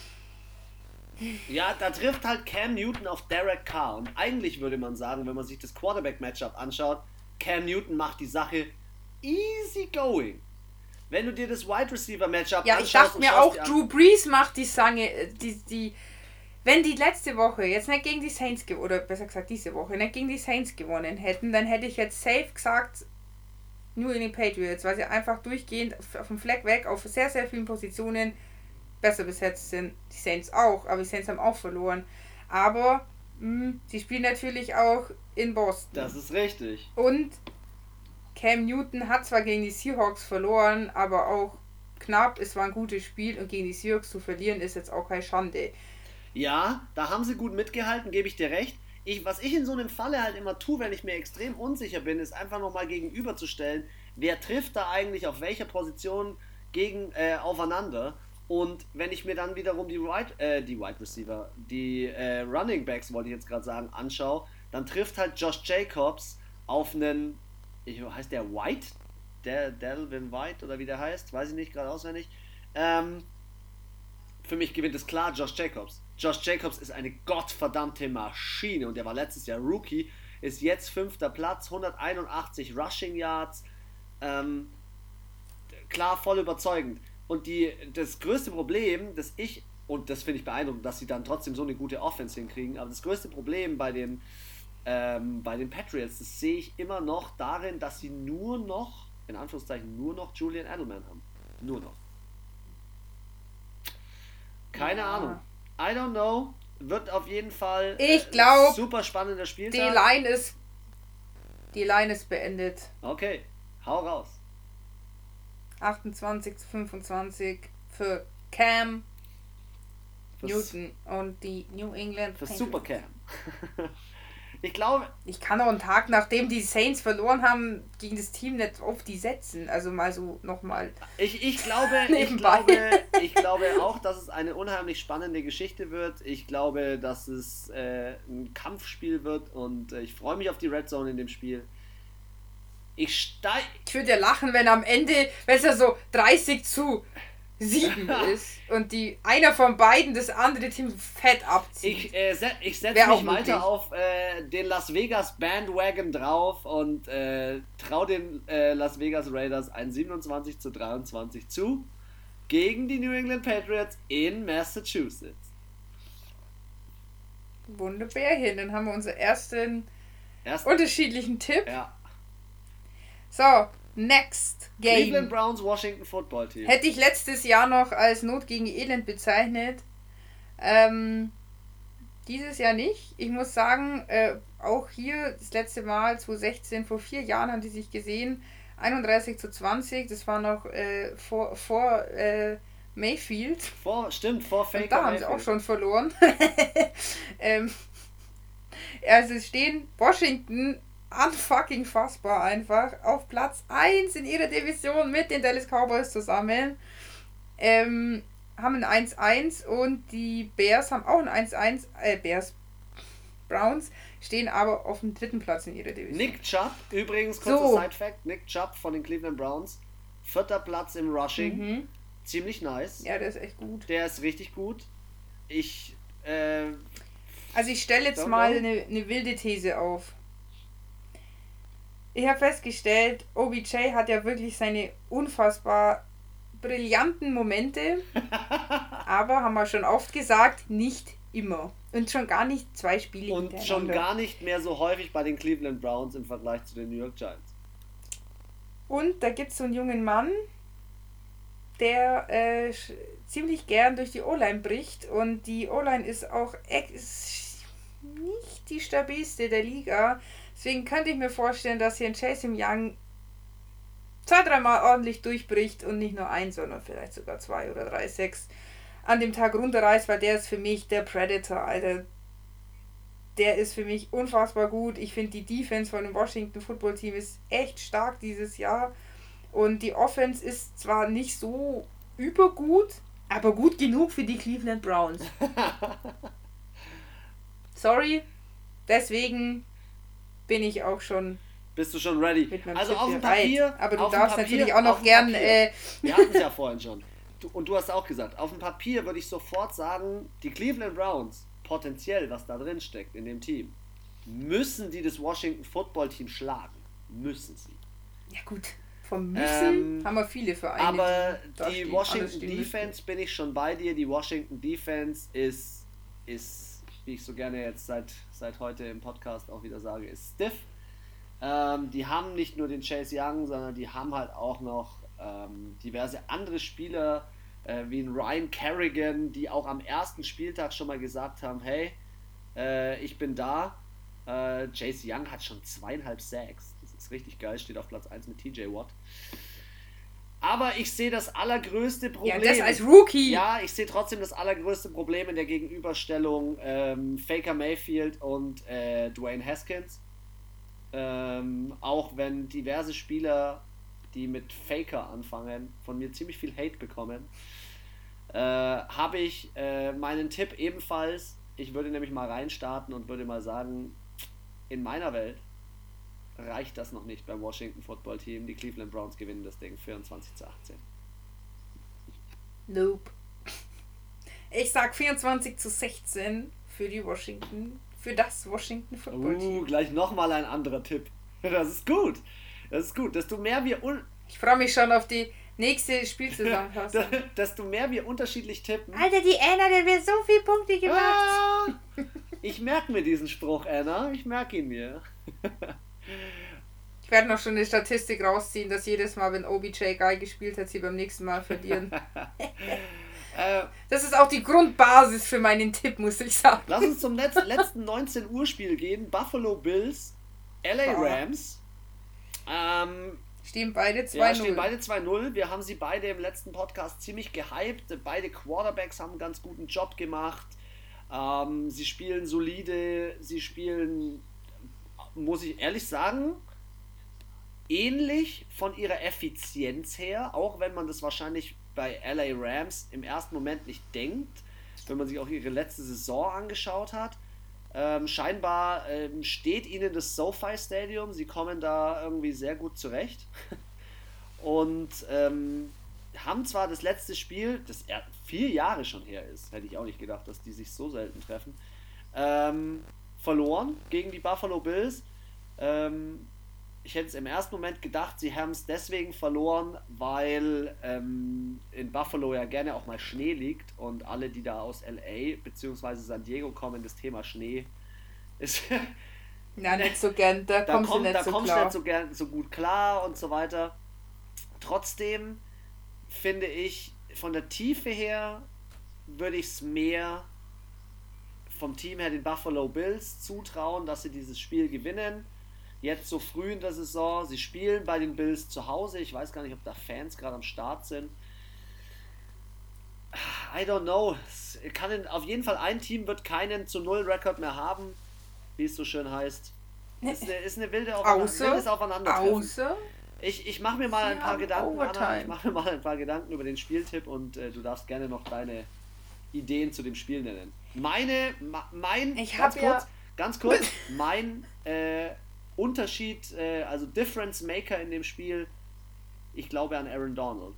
Ja, da trifft halt Cam Newton auf Derek Carr. Und eigentlich würde man sagen, wenn man sich das Quarterback-Matchup anschaut, Cam Newton macht die Sache easy going. Wenn du dir das Wide Receiver Matchup ja, anschaust, ich dachte mir auch, an, Drew Brees macht die Sange, die, die, wenn die letzte Woche jetzt nicht gegen die Saints gewonnen, oder besser gesagt diese Woche, nicht gegen die Saints gewonnen hätten, dann hätte ich jetzt safe gesagt, nur in den Patriots, weil sie einfach durchgehend auf dem Fleck weg, auf sehr, sehr vielen Positionen besser besetzt sind. Die Saints auch, aber die Saints haben auch verloren. Aber mh, sie spielen natürlich auch in Boston. Das ist richtig. Und Cam Newton hat zwar gegen die Seahawks verloren, aber auch knapp. Es war ein gutes Spiel und gegen die Seahawks zu verlieren ist jetzt auch keine Schande. Ja, da haben sie gut mitgehalten, gebe ich dir recht. Ich, was ich in so einem Falle halt immer tue, wenn ich mir extrem unsicher bin, ist einfach nochmal gegenüberzustellen, wer trifft da eigentlich auf welcher Position gegen äh, aufeinander. Und wenn ich mir dann wiederum die Wide, äh, die Wide Receiver, die äh, Running Backs, wollte ich jetzt gerade sagen, anschaue, dann trifft halt Josh Jacobs auf einen, ich, heißt der White? Der Delvin White oder wie der heißt, weiß ich nicht gerade auswendig. Ähm, für mich gewinnt es klar Josh Jacobs. Josh Jacobs ist eine gottverdammte Maschine und der war letztes Jahr Rookie, ist jetzt fünfter Platz, hunderteinundachtzig Rushing Yards. Ähm, klar, voll überzeugend. Und die, das größte Problem, das ich, und das finde ich beeindruckend, dass sie dann trotzdem so eine gute Offense hinkriegen, aber das größte Problem bei den, ähm, bei den Patriots, das sehe ich immer noch darin, dass sie nur noch, in Anführungszeichen, nur noch Julian Edelman haben. Nur noch. Keine Ja. Ahnung. I don't know. Wird auf jeden Fall Ich glaub, super spannender Die Spieltag. Line ist, die Line ist beendet. Okay, hau raus. achtundzwanzig zu fünfundzwanzig für Cam Fürs, Newton und die New England Für Patriots. Supercam. Ich glaube, Ich kann auch einen Tag, nachdem die Saints verloren haben, gegen das Team nicht auf die setzen. Also mal so nochmal. ich, ich glaube, ich Nebenbei. glaube, ich glaube auch, dass es eine unheimlich spannende Geschichte wird. Ich glaube, dass es äh, ein Kampfspiel wird und äh, ich freue mich auf die Red Zone in dem Spiel. Ich steig. Ich würde ja lachen, wenn am Ende, wenn es ja so dreißig zu sieben ist und die einer von beiden das andere Team fett abzieht. Ich, äh, se ich setze Wär mich auch weiter möglich. auf äh, den Las Vegas Bandwagon drauf und äh, traue den äh, Las Vegas Raiders ein siebenundzwanzig zu dreiundzwanzig zu gegen die New England Patriots in Massachusetts. Wunderbärchen, dann haben wir unseren ersten Erst, unterschiedlichen Tipp. ja. So, next Cleveland Game. Browns Washington Football Team. Hätte ich letztes Jahr noch als Not gegen Elend bezeichnet. Ähm, dieses Jahr nicht. Ich muss sagen, äh, auch hier das letzte Mal zwanzig sechzehn, vor vier Jahren haben die sich gesehen. einunddreißig zu zwanzig, das war noch äh, vor, vor äh, Mayfield. Vor, stimmt, vor Faker Und da haben Mayfield. sie auch schon verloren. ähm, also es stehen Washington unfucking fassbar einfach auf Platz eins in ihrer Division mit den Dallas Cowboys zusammen. Ähm, haben ein eins eins und die Bears haben auch ein eins eins. Äh, Bears, Browns stehen aber auf dem dritten Platz in ihrer Division. Nick Chubb, übrigens, kurzer So. Side-Fact, Nick Chubb von den Cleveland Browns, vierter Platz im Rushing, Mhm. ziemlich nice. Ja, der ist echt gut. Der ist richtig gut. Ich, äh, Also ich stelle jetzt Don't mal know. eine, eine wilde These auf. Ich habe festgestellt, O B J hat ja wirklich seine unfassbar brillanten Momente, aber haben wir schon oft gesagt, nicht immer. Und schon gar nicht zwei Spiele und hintereinander. schon gar nicht mehr so häufig bei den Cleveland Browns im Vergleich zu den New York Giants. Und da gibt es so einen jungen Mann, der äh, sch- ziemlich gern durch die O-Line bricht. Und die O-Line ist auch ex nicht die stabilste der Liga. Deswegen könnte ich mir vorstellen, dass hier ein Chase Young zwei, dreimal ordentlich durchbricht und nicht nur ein, sondern vielleicht sogar zwei oder drei, sechs an dem Tag runterreißt, weil der ist für mich der Predator, Alter. Der ist für mich unfassbar gut. Ich finde, die Defense von dem Washington Football Team ist echt stark dieses Jahr. Und die Offense ist zwar nicht so übergut, aber gut genug für die Cleveland Browns. Sorry, deswegen bin ich auch schon Bist du schon ready? mit meinem Also Tipp auf dem bereit. Papier. Aber du auf dem darfst Papier, natürlich auch auf noch dem gern... Papier. Äh, Wir hatten es ja vorhin schon. Du, und du hast auch gesagt, auf dem Papier würde ich sofort sagen, die Cleveland Browns, potenziell, was da drin steckt in dem Team, müssen die das Washington Football Team schlagen. Müssen sie. ja gut, vom Müssen Ähm, haben wir viele Vereine. Aber da die stehen. Washington Anders stehen Defense müssten. bin ich schon bei dir. Die Washington Defense ist, ist, wie ich so gerne jetzt seit, seit heute im Podcast auch wieder sage, ist stiff. Ähm, die haben nicht nur den Chase Young, sondern die haben halt auch noch ähm, diverse andere Spieler, äh, wie ein Ryan Kerrigan, die auch am ersten Spieltag schon mal gesagt haben, hey, äh, ich bin da. Äh, Chase Young hat schon zweieinhalb Sacks. Das ist richtig geil, steht auf Platz eins mit T J Watt. Aber ich sehe das allergrößte Problem. Ja, das als Rookie. Ja, ich sehe trotzdem das allergrößte Problem in der Gegenüberstellung ähm, Faker Mayfield und äh, Dwayne Haskins. Ähm, auch wenn diverse Spieler, die mit Faker anfangen, von mir ziemlich viel Hate bekommen, äh, habe ich äh, meinen Tipp ebenfalls. Ich würde nämlich mal reinstarten und würde mal sagen, in meiner Welt reicht das noch nicht beim Washington Football Team. Die Cleveland Browns gewinnen das Ding vierundzwanzig zu achtzehn. Nope. Ich sag vierundzwanzig zu sechzehn für die Washington, für das Washington Football Uh, Team. gleich nochmal ein anderer Tipp. Das ist gut. Das ist gut. Desto mehr wir, un Ich freue mich schon auf die nächste Spielzusammenfassung. desto mehr wir unterschiedlich tippen. Alter, die Anna, der wird so viele Punkte gemacht. Ah, ich merke mir diesen Spruch, Anna. Ich merke ihn mir. Ich werde noch schon eine Statistik rausziehen, dass jedes Mal, wenn O B J geil gespielt hat, sie beim nächsten Mal verlieren. Äh, Das ist auch die Grundbasis für meinen Tipp, muss ich sagen. lass uns zum letz letzten neunzehn Uhr Spiel gehen. Buffalo Bills, L A Boah. Rams. Ähm, Stehen beide ja, zwei stehen null. beide zwei null. Wir haben sie beide im letzten Podcast ziemlich gehypt. Beide Quarterbacks haben einen ganz guten Job gemacht. Ähm, sie spielen solide. Sie spielen, muss ich ehrlich sagen, ähnlich von ihrer Effizienz her, auch wenn man das wahrscheinlich bei L A Rams im ersten Moment nicht denkt, wenn man sich auch ihre letzte Saison angeschaut hat. Ähm, scheinbar ähm, steht ihnen das SoFi Stadium, sie kommen da irgendwie sehr gut zurecht und ähm, haben zwar das letzte Spiel, das er vier Jahre schon her ist, hätte ich auch nicht gedacht, dass die sich so selten treffen, ähm, verloren gegen die Buffalo Bills. Ähm, ich hätte es im ersten Moment gedacht, sie haben es deswegen verloren, weil ähm, in Buffalo ja gerne auch mal Schnee liegt und alle, die da aus L A bzw. San Diego kommen, das Thema Schnee ist. Na, nicht so gern, da, da kommst komm, du nicht da so kommst klar. nicht so, gern, so gut klar und so weiter. Trotzdem finde ich, von der Tiefe her würde ich es mehr vom Team her den Buffalo Bills zutrauen, dass sie dieses Spiel gewinnen. Jetzt so früh in der Saison, sie spielen bei den Bills zu Hause. Ich weiß gar nicht, ob da Fans gerade am Start sind. I don't know. Es kann in, auf jeden Fall ein Team wird keinen zu null Rekord mehr haben, wie es so schön heißt. Ist eine, ist eine wilde Aufeinander, außer, wildes Aufeinandertreffen. Außer Ich, ich mache mir mal ein paar Gedanken, Overtime. Anna, ich mache mir mal ein paar Gedanken über den Spieltipp und äh, du darfst gerne noch deine Ideen zu dem Spiel nennen. Meine, ma, mein, ich ganz habe ja kurz, ganz kurz, mein äh, Unterschied, äh, also Difference Maker in dem Spiel, ich glaube an Aaron Donald.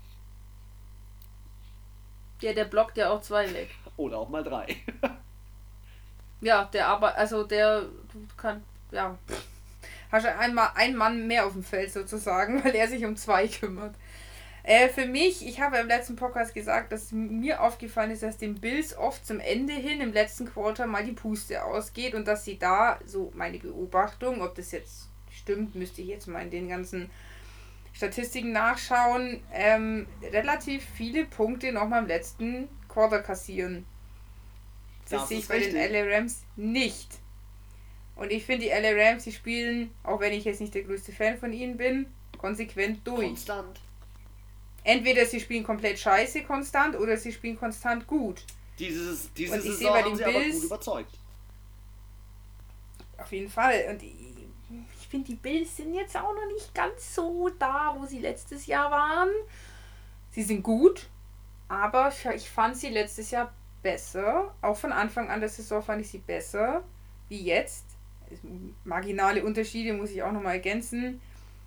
Ja, der blockt ja auch zwei weg. Oder auch mal drei. Ja, der aber, also der kann, ja, hast du einmal einen Mann mehr auf dem Feld sozusagen, weil er sich um zwei kümmert. Äh, für mich, ich habe im letzten Podcast gesagt, dass mir aufgefallen ist, dass den Bills oft zum Ende hin im letzten Quarter mal die Puste ausgeht und dass sie da, so meine Beobachtung, ob das jetzt stimmt, müsste ich jetzt mal in den ganzen Statistiken nachschauen, ähm, relativ viele Punkte nochmal im letzten Quarter kassieren. Das, das sehe ich bei den L A Rams nicht. Und ich finde, die L A Rams, die spielen, auch wenn ich jetzt nicht der größte Fan von ihnen bin, konsequent durch. Konstant. Entweder sie spielen komplett scheiße konstant oder sie spielen konstant gut. Dieses, diese und ich Saison sehe bei haben den sie Bills, aber gut überzeugt. Auf jeden Fall. Und ich, ich finde, die Bills sind jetzt auch noch nicht ganz so da, wo sie letztes Jahr waren. Sie sind gut, aber ich, ich fand sie letztes Jahr besser. Auch von Anfang an der Saison fand ich sie besser wie jetzt. Marginale Unterschiede muss ich auch nochmal ergänzen.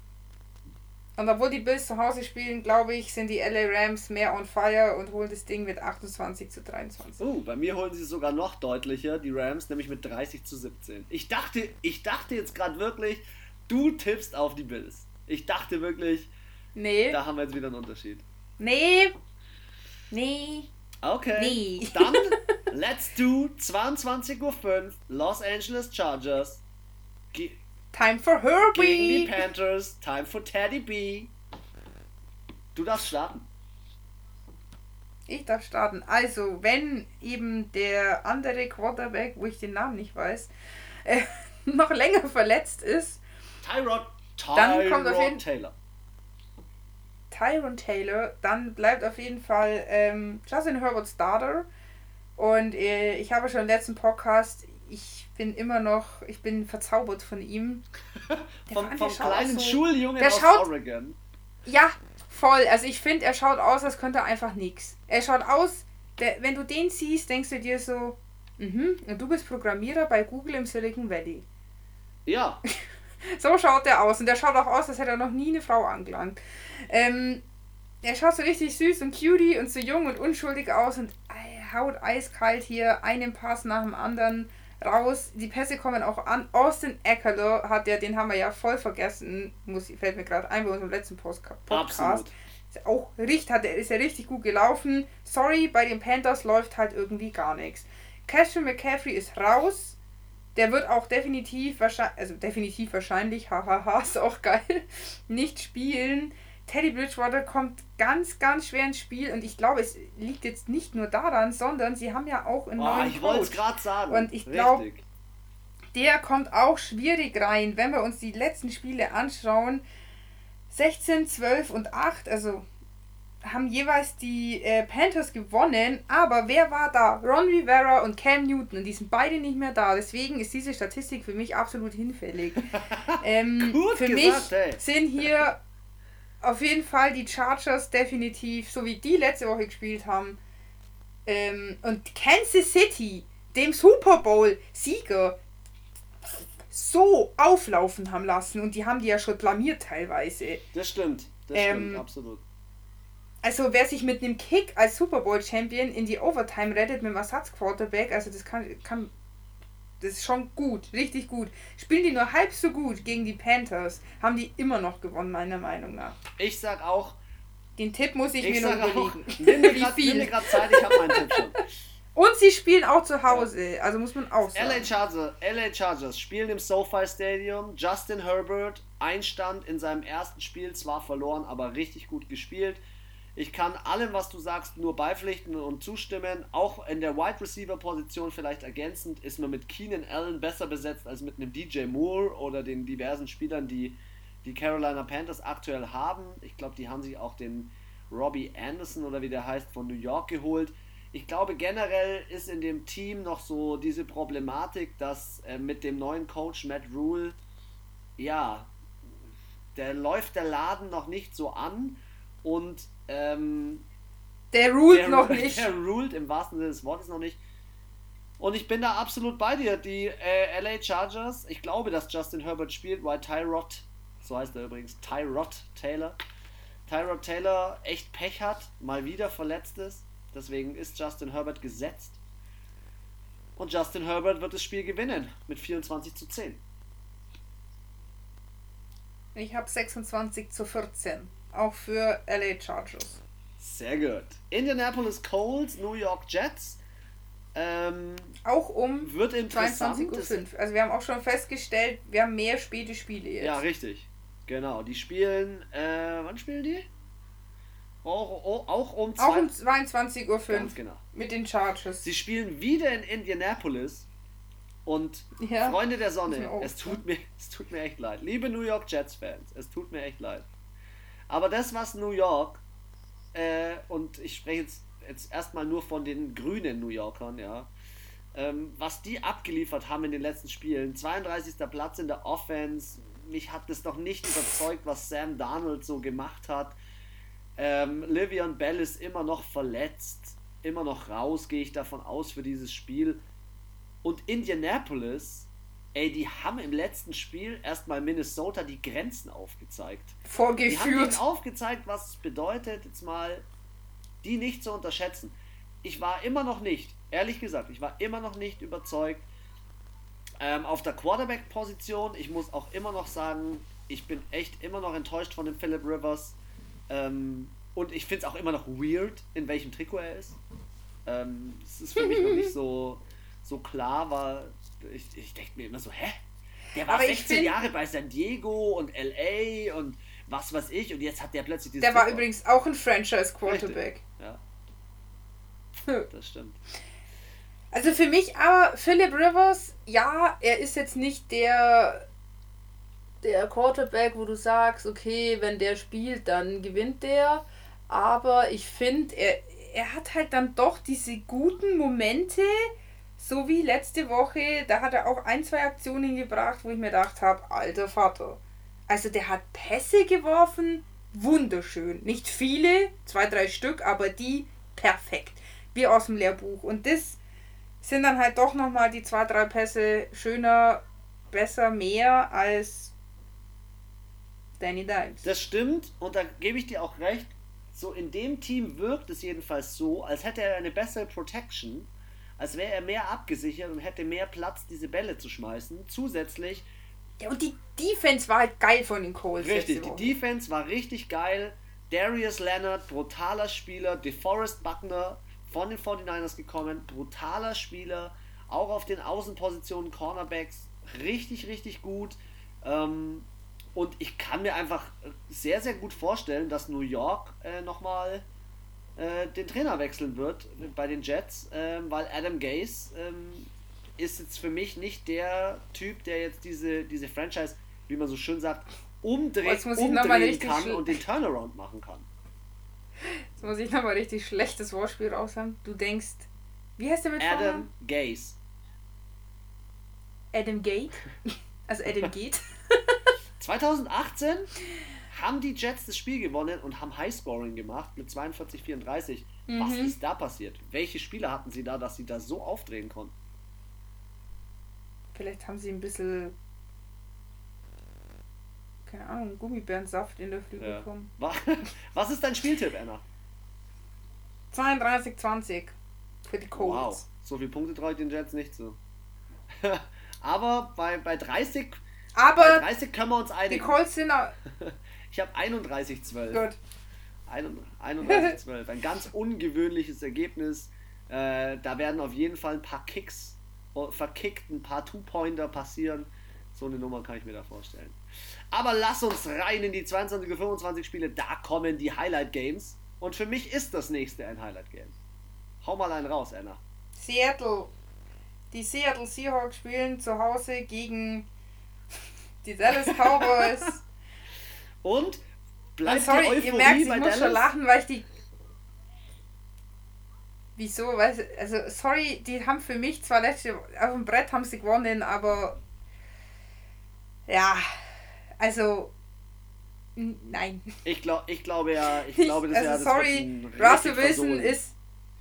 Und obwohl die Bills zu Hause spielen, glaube ich, sind die L A Rams mehr on fire und holen das Ding mit achtundzwanzig zu dreiundzwanzig. Oh, bei mir holen sie es sogar noch deutlicher, die Rams, nämlich mit dreißig zu siebzehn. Ich dachte, ich dachte jetzt gerade wirklich, du tippst auf die Bills. Ich dachte wirklich, nee. Da haben wir jetzt wieder einen Unterschied. Nee. Nee. Okay, nee. Dann let's do zweiundzwanzig Uhr fünf Los Angeles Chargers. Ge- Time for Herbie. Gegen die Panthers. Time for Teddy B. Du darfst starten. Ich darf starten. Also, wenn eben der andere Quarterback, wo ich den Namen nicht weiß, äh, noch länger verletzt ist, Tyrod, dann kommt auf jeden Taylor. Tyron Taylor, dann bleibt auf jeden Fall ähm, Justin Herbert Starter. Und äh, ich habe schon im letzten Podcast, ich bin immer noch, ich bin verzaubert von ihm. vom vom kleinen so, Schuljungen aus schaut, Oregon. Ja, voll. Also ich finde, er schaut aus, als könnte er einfach nichts. Er schaut aus, der, wenn du den siehst, denkst du dir so, mhm, du bist Programmierer bei Google im Silicon Valley. Ja. So schaut er aus. Und der schaut auch aus, als hätte er noch nie eine Frau angelangt. Ähm, er schaut so richtig süß und cutie und so jung und unschuldig aus und er haut eiskalt hier einen Pass nach dem anderen raus. Die Pässe kommen auch an. Austin Eckler hat ja, den haben wir ja voll vergessen, muss, fällt mir gerade ein bei unserem letzten Podcast. Absolut. Ist auch richtig, hat, ist ja richtig gut gelaufen. Sorry, bei den Panthers läuft halt irgendwie gar nichts. Christian McCaffrey ist raus. Der wird auch definitiv wahrscheinlich, also definitiv wahrscheinlich, hahaha, ist auch geil, nicht spielen. Teddy Bridgewater kommt ganz, ganz schwer ins Spiel und ich glaube, es liegt jetzt nicht nur daran, sondern sie haben ja auch einen oh, neuen ich wollte es gerade sagen. Und ich glaube, der kommt auch schwierig rein, wenn wir uns die letzten Spiele anschauen. sechzehn, zwölf und acht, also haben jeweils die äh, Panthers gewonnen, aber wer war da? Ron Rivera und Cam Newton und die sind beide nicht mehr da. Deswegen ist diese Statistik für mich absolut hinfällig. ähm, Gut für gesagt, mich hey. sind hier auf jeden Fall die Chargers definitiv, so wie die letzte Woche gespielt haben. Ähm, und Kansas City, dem Super Bowl-Sieger, so auflaufen haben lassen und die haben die ja schon blamiert teilweise. Das stimmt, das ähm, stimmt, absolut. Also wer sich mit einem Kick als Super Bowl Champion in die Overtime rettet mit dem Ersatz-Quarterback, also das kann, kann, das ist schon gut, richtig gut. Spielen die nur halb so gut gegen die Panthers, haben die immer noch gewonnen, meiner Meinung nach. Ich sag auch... Den Tipp muss ich, ich mir noch überlegen. Auch, nimm mir gerade Zeit, ich habe meinen Tipp schon. Und sie spielen auch zu Hause, ja. Also muss man auch sagen. L A Chargers, L A Chargers spielen im SoFi Stadium. Justin Herbert, Einstand in seinem ersten Spiel, zwar verloren, aber richtig gut gespielt. Ich kann allem, was du sagst, nur beipflichten und zustimmen. Auch in der Wide Receiver Position vielleicht ergänzend ist man mit Keenan Allen besser besetzt als mit einem D J Moore oder den diversen Spielern, die die Carolina Panthers aktuell haben. Ich glaube, die haben sich auch den Robbie Anderson oder wie der heißt, von New York geholt. Ich glaube, generell ist in dem Team noch so diese Problematik, dass äh, mit dem neuen Coach Matt Rule, ja, der läuft der Laden noch nicht so an und ähm, der ruled der, noch nicht. Der ruled im wahrsten Sinne des Wortes noch nicht. Und ich bin da absolut bei dir. Die äh, L A Chargers, ich glaube, dass Justin Herbert spielt, weil Tyrod, so heißt er übrigens, Tyrod Taylor, Tyrod Taylor echt Pech hat, mal wieder verletzt ist. Deswegen ist Justin Herbert gesetzt. Und Justin Herbert wird das Spiel gewinnen mit vierundzwanzig zu zehn. Ich habe sechsundzwanzig zu vierzehn. Auch für L A Chargers. Sehr gut. Indianapolis Colts, New York Jets. Ähm, auch um wird zweiundzwanzig Uhr fünf. Also wir haben auch schon festgestellt, wir haben mehr späte Spiele jetzt. Ja, richtig. Genau. Die spielen, äh, wann spielen die? Auch, auch, auch um, auch um zweiundzwanzig Uhr fünf. Ganz genau. Mit den Chargers. Sie spielen wieder in Indianapolis. Und ja, Freunde der Sonne, es tut, mir, es tut mir echt leid. Liebe New York Jets-Fans, es tut mir echt leid. Aber das, was New York, äh, und ich spreche jetzt, jetzt erstmal nur von den grünen New Yorkern, ja, ähm, was die abgeliefert haben in den letzten Spielen, zweiunddreißigster Platz in der Offense, mich hat das doch nicht überzeugt, was Sam Darnold so gemacht hat. Ähm, Le'Veon Bell ist immer noch verletzt, immer noch raus, gehe ich davon aus, für dieses Spiel. Und Indianapolis, ey, die haben im letzten Spiel erstmal Minnesota die Grenzen aufgezeigt. Vorgeführt. Die haben ihnen aufgezeigt, was es bedeutet, jetzt mal die nicht zu unterschätzen. Ich war immer noch nicht, ehrlich gesagt, ich war immer noch nicht überzeugt ähm, auf der Quarterback-Position. Ich muss auch immer noch sagen, ich bin echt immer noch enttäuscht von dem Philip Rivers. Ähm, und ich finde es auch immer noch weird, in welchem Trikot er ist. Ähm, es ist für mich noch nicht so... so klar war, ich, ich dachte mir immer so, hä? Der war aber sechzehn find, Jahre bei San Diego und L A und was weiß ich und jetzt hat der plötzlich dieses Der war Trikot. Übrigens auch ein Franchise-Quarterback. Ja. Das stimmt. Also für mich aber, Philip Rivers, ja, er ist jetzt nicht der der Quarterback, wo du sagst, okay, wenn der spielt, dann gewinnt der, aber ich finde, er, er hat halt dann doch diese guten Momente, so wie letzte Woche, da hat er auch ein, zwei Aktionen gebracht, wo ich mir gedacht habe, alter Vater. Also der hat Pässe geworfen, wunderschön. Nicht viele, zwei, drei Stück, aber die perfekt. Wie aus dem Lehrbuch. Und das sind dann halt doch nochmal die zwei, drei Pässe schöner, besser, mehr als Danny Dimes. Das stimmt und da gebe ich dir auch recht. So in dem Team wirkt es jedenfalls so, als hätte er eine bessere Protection, als wäre er mehr abgesichert und hätte mehr Platz, diese Bälle zu schmeißen. Zusätzlich... Ja, und die Defense war halt geil von den Colts. Richtig, die Defense war richtig geil. Darius Leonard, brutaler Spieler. DeForest Buckner von den forty-niners gekommen, brutaler Spieler. Auch auf den Außenpositionen, Cornerbacks, richtig, richtig gut. Ähm, und ich kann mir einfach sehr, sehr gut vorstellen, dass New York äh, nochmal... den Trainer wechseln wird bei den Jets, ähm, weil Adam Gase ähm, ist jetzt für mich nicht der Typ, der jetzt diese, diese Franchise, wie man so schön sagt, umdreh- umdrehen kann schl- und den Turnaround machen kann. Jetzt muss ich nochmal richtig schlechtes Wortspiel raushaben. Du denkst, wie heißt der mit Vornamen? Adam Gase. Adam Gate? Also Adam Gate? zwanzig achtzehn haben die Jets das Spiel gewonnen und haben Highscoring gemacht mit zweiundvierzig vierunddreißig. Mhm. Was ist da passiert? Welche Spieler hatten sie da, dass sie da so aufdrehen konnten? Vielleicht haben sie ein bisschen, keine Ahnung, Gummibärensaft in der Früh ja. bekommen. Was ist dein Spieltipp, Anna? zweiunddreißig zwanzig für die Colts. Wow, so viele Punkte traue ich den Jets nicht zu. Aber bei, bei dreißig... Aber bei dreißig können wir uns einigen. Die Colts sind auch... Ich habe einunddreißig zwölf. Gut. einunddreißig zwölf. Ein ganz ungewöhnliches Ergebnis. Äh, da werden auf jeden Fall ein paar Kicks verkickt, ein paar Two-Pointer passieren. So eine Nummer kann ich mir da vorstellen. Aber lass uns rein in die zweiundzwanzig Uhr fünfundzwanzig Spiele. Da kommen die Highlight-Games. Und für mich ist das nächste ein Highlight-Game. Hau mal einen raus, Anna. Seattle. Die Seattle Seahawks spielen zu Hause gegen die Dallas Cowboys. Und Bleibt sorry, die Euphorie ihr merkt, ich bei muss Dallas? schon lachen, weil ich die... Wieso? Weißt du, also, sorry, die haben für mich zwar letzte auf dem Brett haben sie gewonnen, aber ja, also n- nein. Ich, glaub, ich glaube ja, ich Ich- glaube, das, also ja, das sorry, wird ein Russell richtig Wilson Versohlen. ist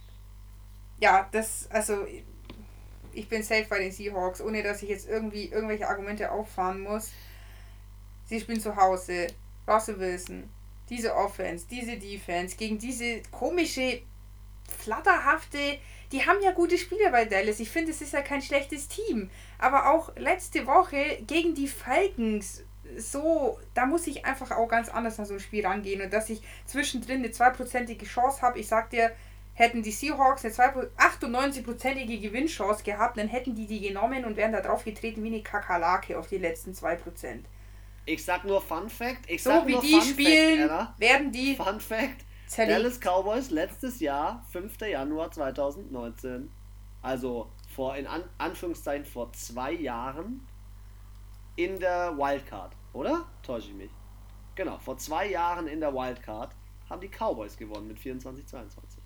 ja, das, also ich bin safe bei den Seahawks, ohne dass ich jetzt irgendwie irgendwelche Argumente auffahren muss. Sie spielen zu Hause, Russell Wilson, diese Offense, diese Defense, gegen diese komische, flatterhafte, die haben ja gute Spieler bei Dallas. Ich finde, es ist ja kein schlechtes Team. Aber auch letzte Woche gegen die Falcons, so, da muss ich einfach auch ganz anders an so ein Spiel rangehen. Und dass ich zwischendrin eine zweiprozentige Chance habe, ich sag dir, hätten die Seahawks eine achtundneunzig-prozentige Gewinnchance gehabt, dann hätten die die genommen und wären da drauf getreten wie eine Kakerlake auf die letzten zwei Prozent. Ich sag nur Fun Fact. Ich So sag wie nur die Fun spielen, Fact, Anna. werden die Fun Fact. zerlegt. Dallas Cowboys letztes Jahr, fünfter Januar zweitausendneunzehn. Also vor, in An Anführungszeichen vor zwei Jahren in der Wildcard, oder? Täusche ich mich? Genau, vor zwei Jahren in der Wildcard haben die Cowboys gewonnen mit vierundzwanzig zweiundzwanzig.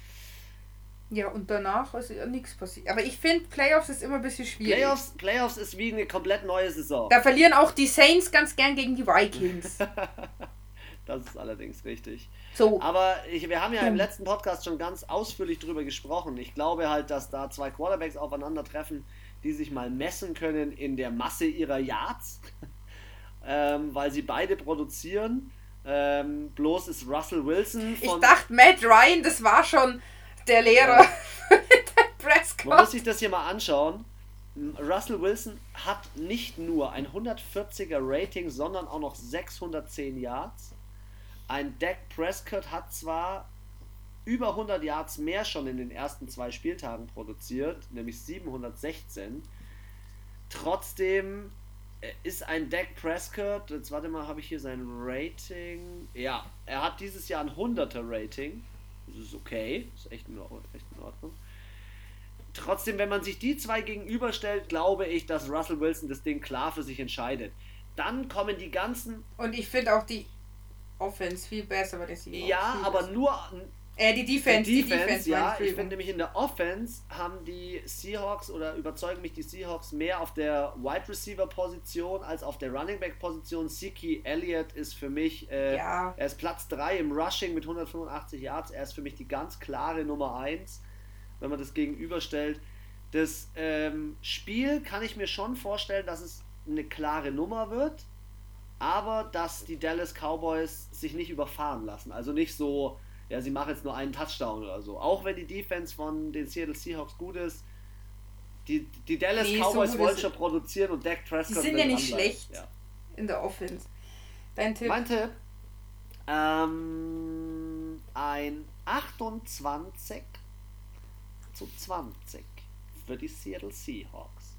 Ja, und danach ist ja nichts passiert. Aber ich finde, Playoffs ist immer ein bisschen schwierig. Playoffs, Playoffs ist wie eine komplett neue Saison. Da verlieren auch die Saints ganz gern gegen die Vikings. Das ist allerdings richtig. So. Aber ich, wir haben ja im Dumm. letzten Podcast schon ganz ausführlich drüber gesprochen. Ich glaube halt, dass da zwei Quarterbacks aufeinandertreffen, die sich mal messen können in der Masse ihrer Yards, ähm, weil sie beide produzieren. Ähm, bloß ist Russell Wilson Ich von... dachte, Matt Ryan, das war schon der Lehrer. Ja. Der Prescott. Man muss sich das hier mal anschauen. Russell Wilson hat nicht nur ein hundertvierziger Rating, sondern auch noch sechshundertzehn Yards. Ein Dak Prescott hat zwar über hundert Yards mehr schon in den ersten zwei Spieltagen produziert, nämlich siebenhundertsechzehn. Trotzdem ist ein Dak Prescott, jetzt warte mal, habe ich hier sein Rating? Ja, er hat dieses Jahr ein hunderter Rating. Das ist okay, ist echt in Ordnung. Echt in Ordnung. Trotzdem, wenn man sich die zwei gegenüberstellt, glaube ich, dass Russell Wilson das Ding klar für sich entscheidet. Dann kommen die ganzen... Und ich finde auch die Offense viel besser bei den Seahawks. Ja, Viel aber besser. nur... Äh, die Defense, die die Defense, Defense, ja. meine Ich finde Entschuldigung. nämlich in der Offense haben die Seahawks oder überzeugen mich die Seahawks mehr auf der Wide Receiver Position als auf der Running Back Position. Zeke Elliott ist für mich, äh, Ja. er ist Platz drei im Rushing mit hundertfünfundachtzig Yards. Er ist für mich die ganz klare Nummer eins, wenn man das gegenüberstellt. Das ähm, Spiel kann ich mir schon vorstellen, dass es eine klare Nummer wird, aber dass die Dallas Cowboys sich nicht überfahren lassen. Also nicht so, ja, sie machen jetzt nur einen Touchdown oder so. Auch wenn die Defense von den Seattle Seahawks gut ist, die, die Dallas Nee, so Cowboys gut wollen ist- schon produzieren und Dak Die Prescott sind will ja nicht dranbleiben. schlecht Ja. in der Offense. Dein Tipp? Mein Tipp, ähm, ein achtundzwanzig zu zwanzig für die Seattle Seahawks.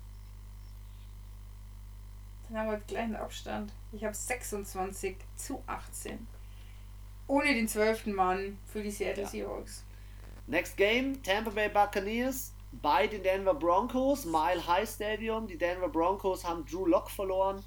Dann haben wir einen kleinen Abstand. Ich habe sechsundzwanzig zu achtzehn. Ohne den zwölften Mann für die Seattle Ja. Seahawks. Next Game, Tampa Bay Buccaneers bei den Denver Broncos, Mile High Stadium. Die Denver Broncos haben Drew Lock verloren.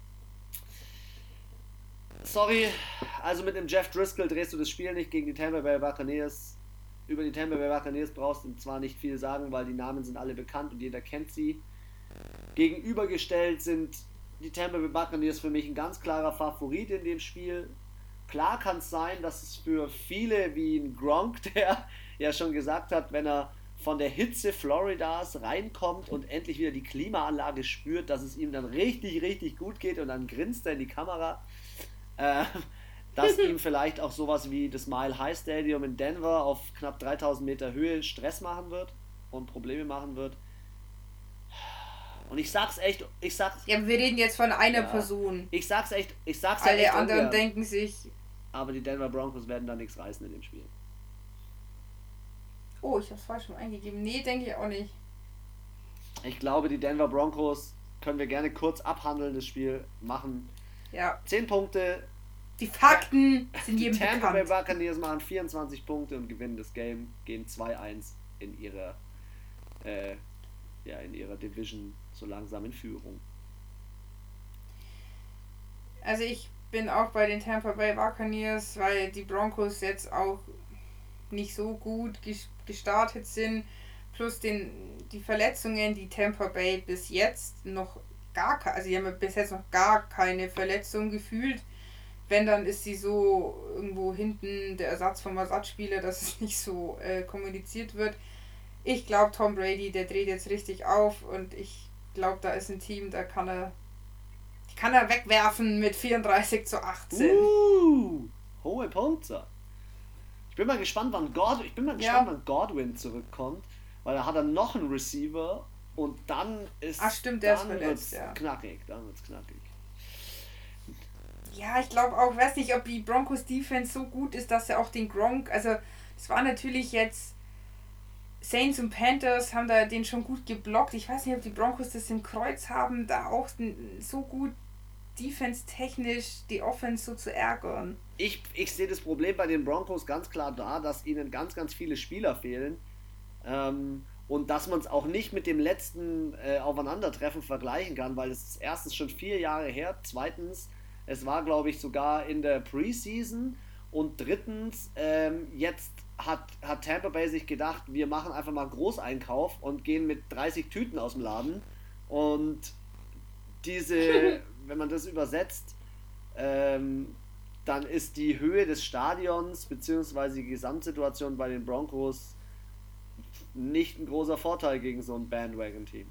Sorry, also mit dem Jeff Driscoll drehst du das Spiel nicht gegen die Tampa Bay Buccaneers. Über die Tampa Bay Buccaneers brauchst du zwar nicht viel sagen, weil die Namen sind alle bekannt und jeder kennt sie. Gegenübergestellt sind die Tampa Bay Buccaneers für mich ein ganz klarer Favorit in dem Spiel. Klar kann es sein, dass es für viele wie ein Gronk, der ja schon gesagt hat, wenn er von der Hitze Floridas reinkommt und endlich wieder die Klimaanlage spürt, dass es ihm dann richtig, richtig gut geht und dann grinst er in die Kamera, äh, dass ihm vielleicht auch sowas wie das Mile High Stadium in Denver auf knapp dreitausend Meter Höhe Stress machen wird und Probleme machen wird. Und ich sag's echt, ich sag's, Ja, wir reden jetzt von einer Ja. Person. ich sag's echt, ich sag's ja Alle echt anderen ungern, denken sich, aber die Denver Broncos werden da nichts reißen in dem Spiel. oh, ich hab's falsch schon eingegeben. Nee, denke ich auch nicht. Ich glaube, die Denver Broncos können wir gerne kurz abhandeln, das Spiel machen. Ja, zehn Punkte, die Fakten sind die jedem Tampa Bay bekannt. Buccaneers machen vierundzwanzig Punkte und gewinnen das Game, gehen zwei eins in ihrer äh, ja, in ihrer Division so langsam in Führung. Also ich bin auch bei den Tampa Bay Buccaneers, weil die Broncos jetzt auch nicht so gut gestartet sind. Plus den, die Verletzungen, die Tampa Bay bis jetzt noch gar keine, also die haben bis jetzt noch gar keine Verletzung gefühlt. Wenn, dann ist sie so irgendwo hinten der Ersatz vom Ersatzspieler, dass es nicht so äh, kommuniziert wird. Ich glaube, Tom Brady, der dreht jetzt richtig auf und ich glaube, da ist ein Team, da kann er die kann er wegwerfen mit vierunddreißig zu achtzehn. Uh, hohe Punkte. Ich bin mal gespannt, wann Godwin, ich bin mal gespannt, Ja. wann Godwin zurückkommt, weil da hat er noch einen Receiver und dann ist Ach stimmt, der ist dann verletzt, wird's ja. knackig, dann wird's knackig. Ja, ich glaube auch, weiß nicht, ob die Broncos Defense so gut ist, dass er auch den Gronk, also es war natürlich jetzt Saints und Panthers haben da den schon gut geblockt. Ich weiß nicht, ob die Broncos das im Kreuz haben, da auch so gut defense-technisch die Offense so zu ärgern. Ich, ich sehe das Problem bei den Broncos ganz klar da, dass ihnen ganz, ganz viele Spieler fehlen. Ähm, und dass man es auch nicht mit dem letzten äh, Aufeinandertreffen vergleichen kann, weil es ist erstens schon vier Jahre her, zweitens, es war, glaube ich, sogar in der Preseason und drittens, ähm, jetzt hat, hat Tampa Bay sich gedacht, wir machen einfach mal Großeinkauf und gehen mit dreißig Tüten aus dem Laden und diese, wenn man das übersetzt, ähm, dann ist die Höhe des Stadions bzw. die Gesamtsituation bei den Broncos nicht ein großer Vorteil gegen so ein Bandwagon-Team.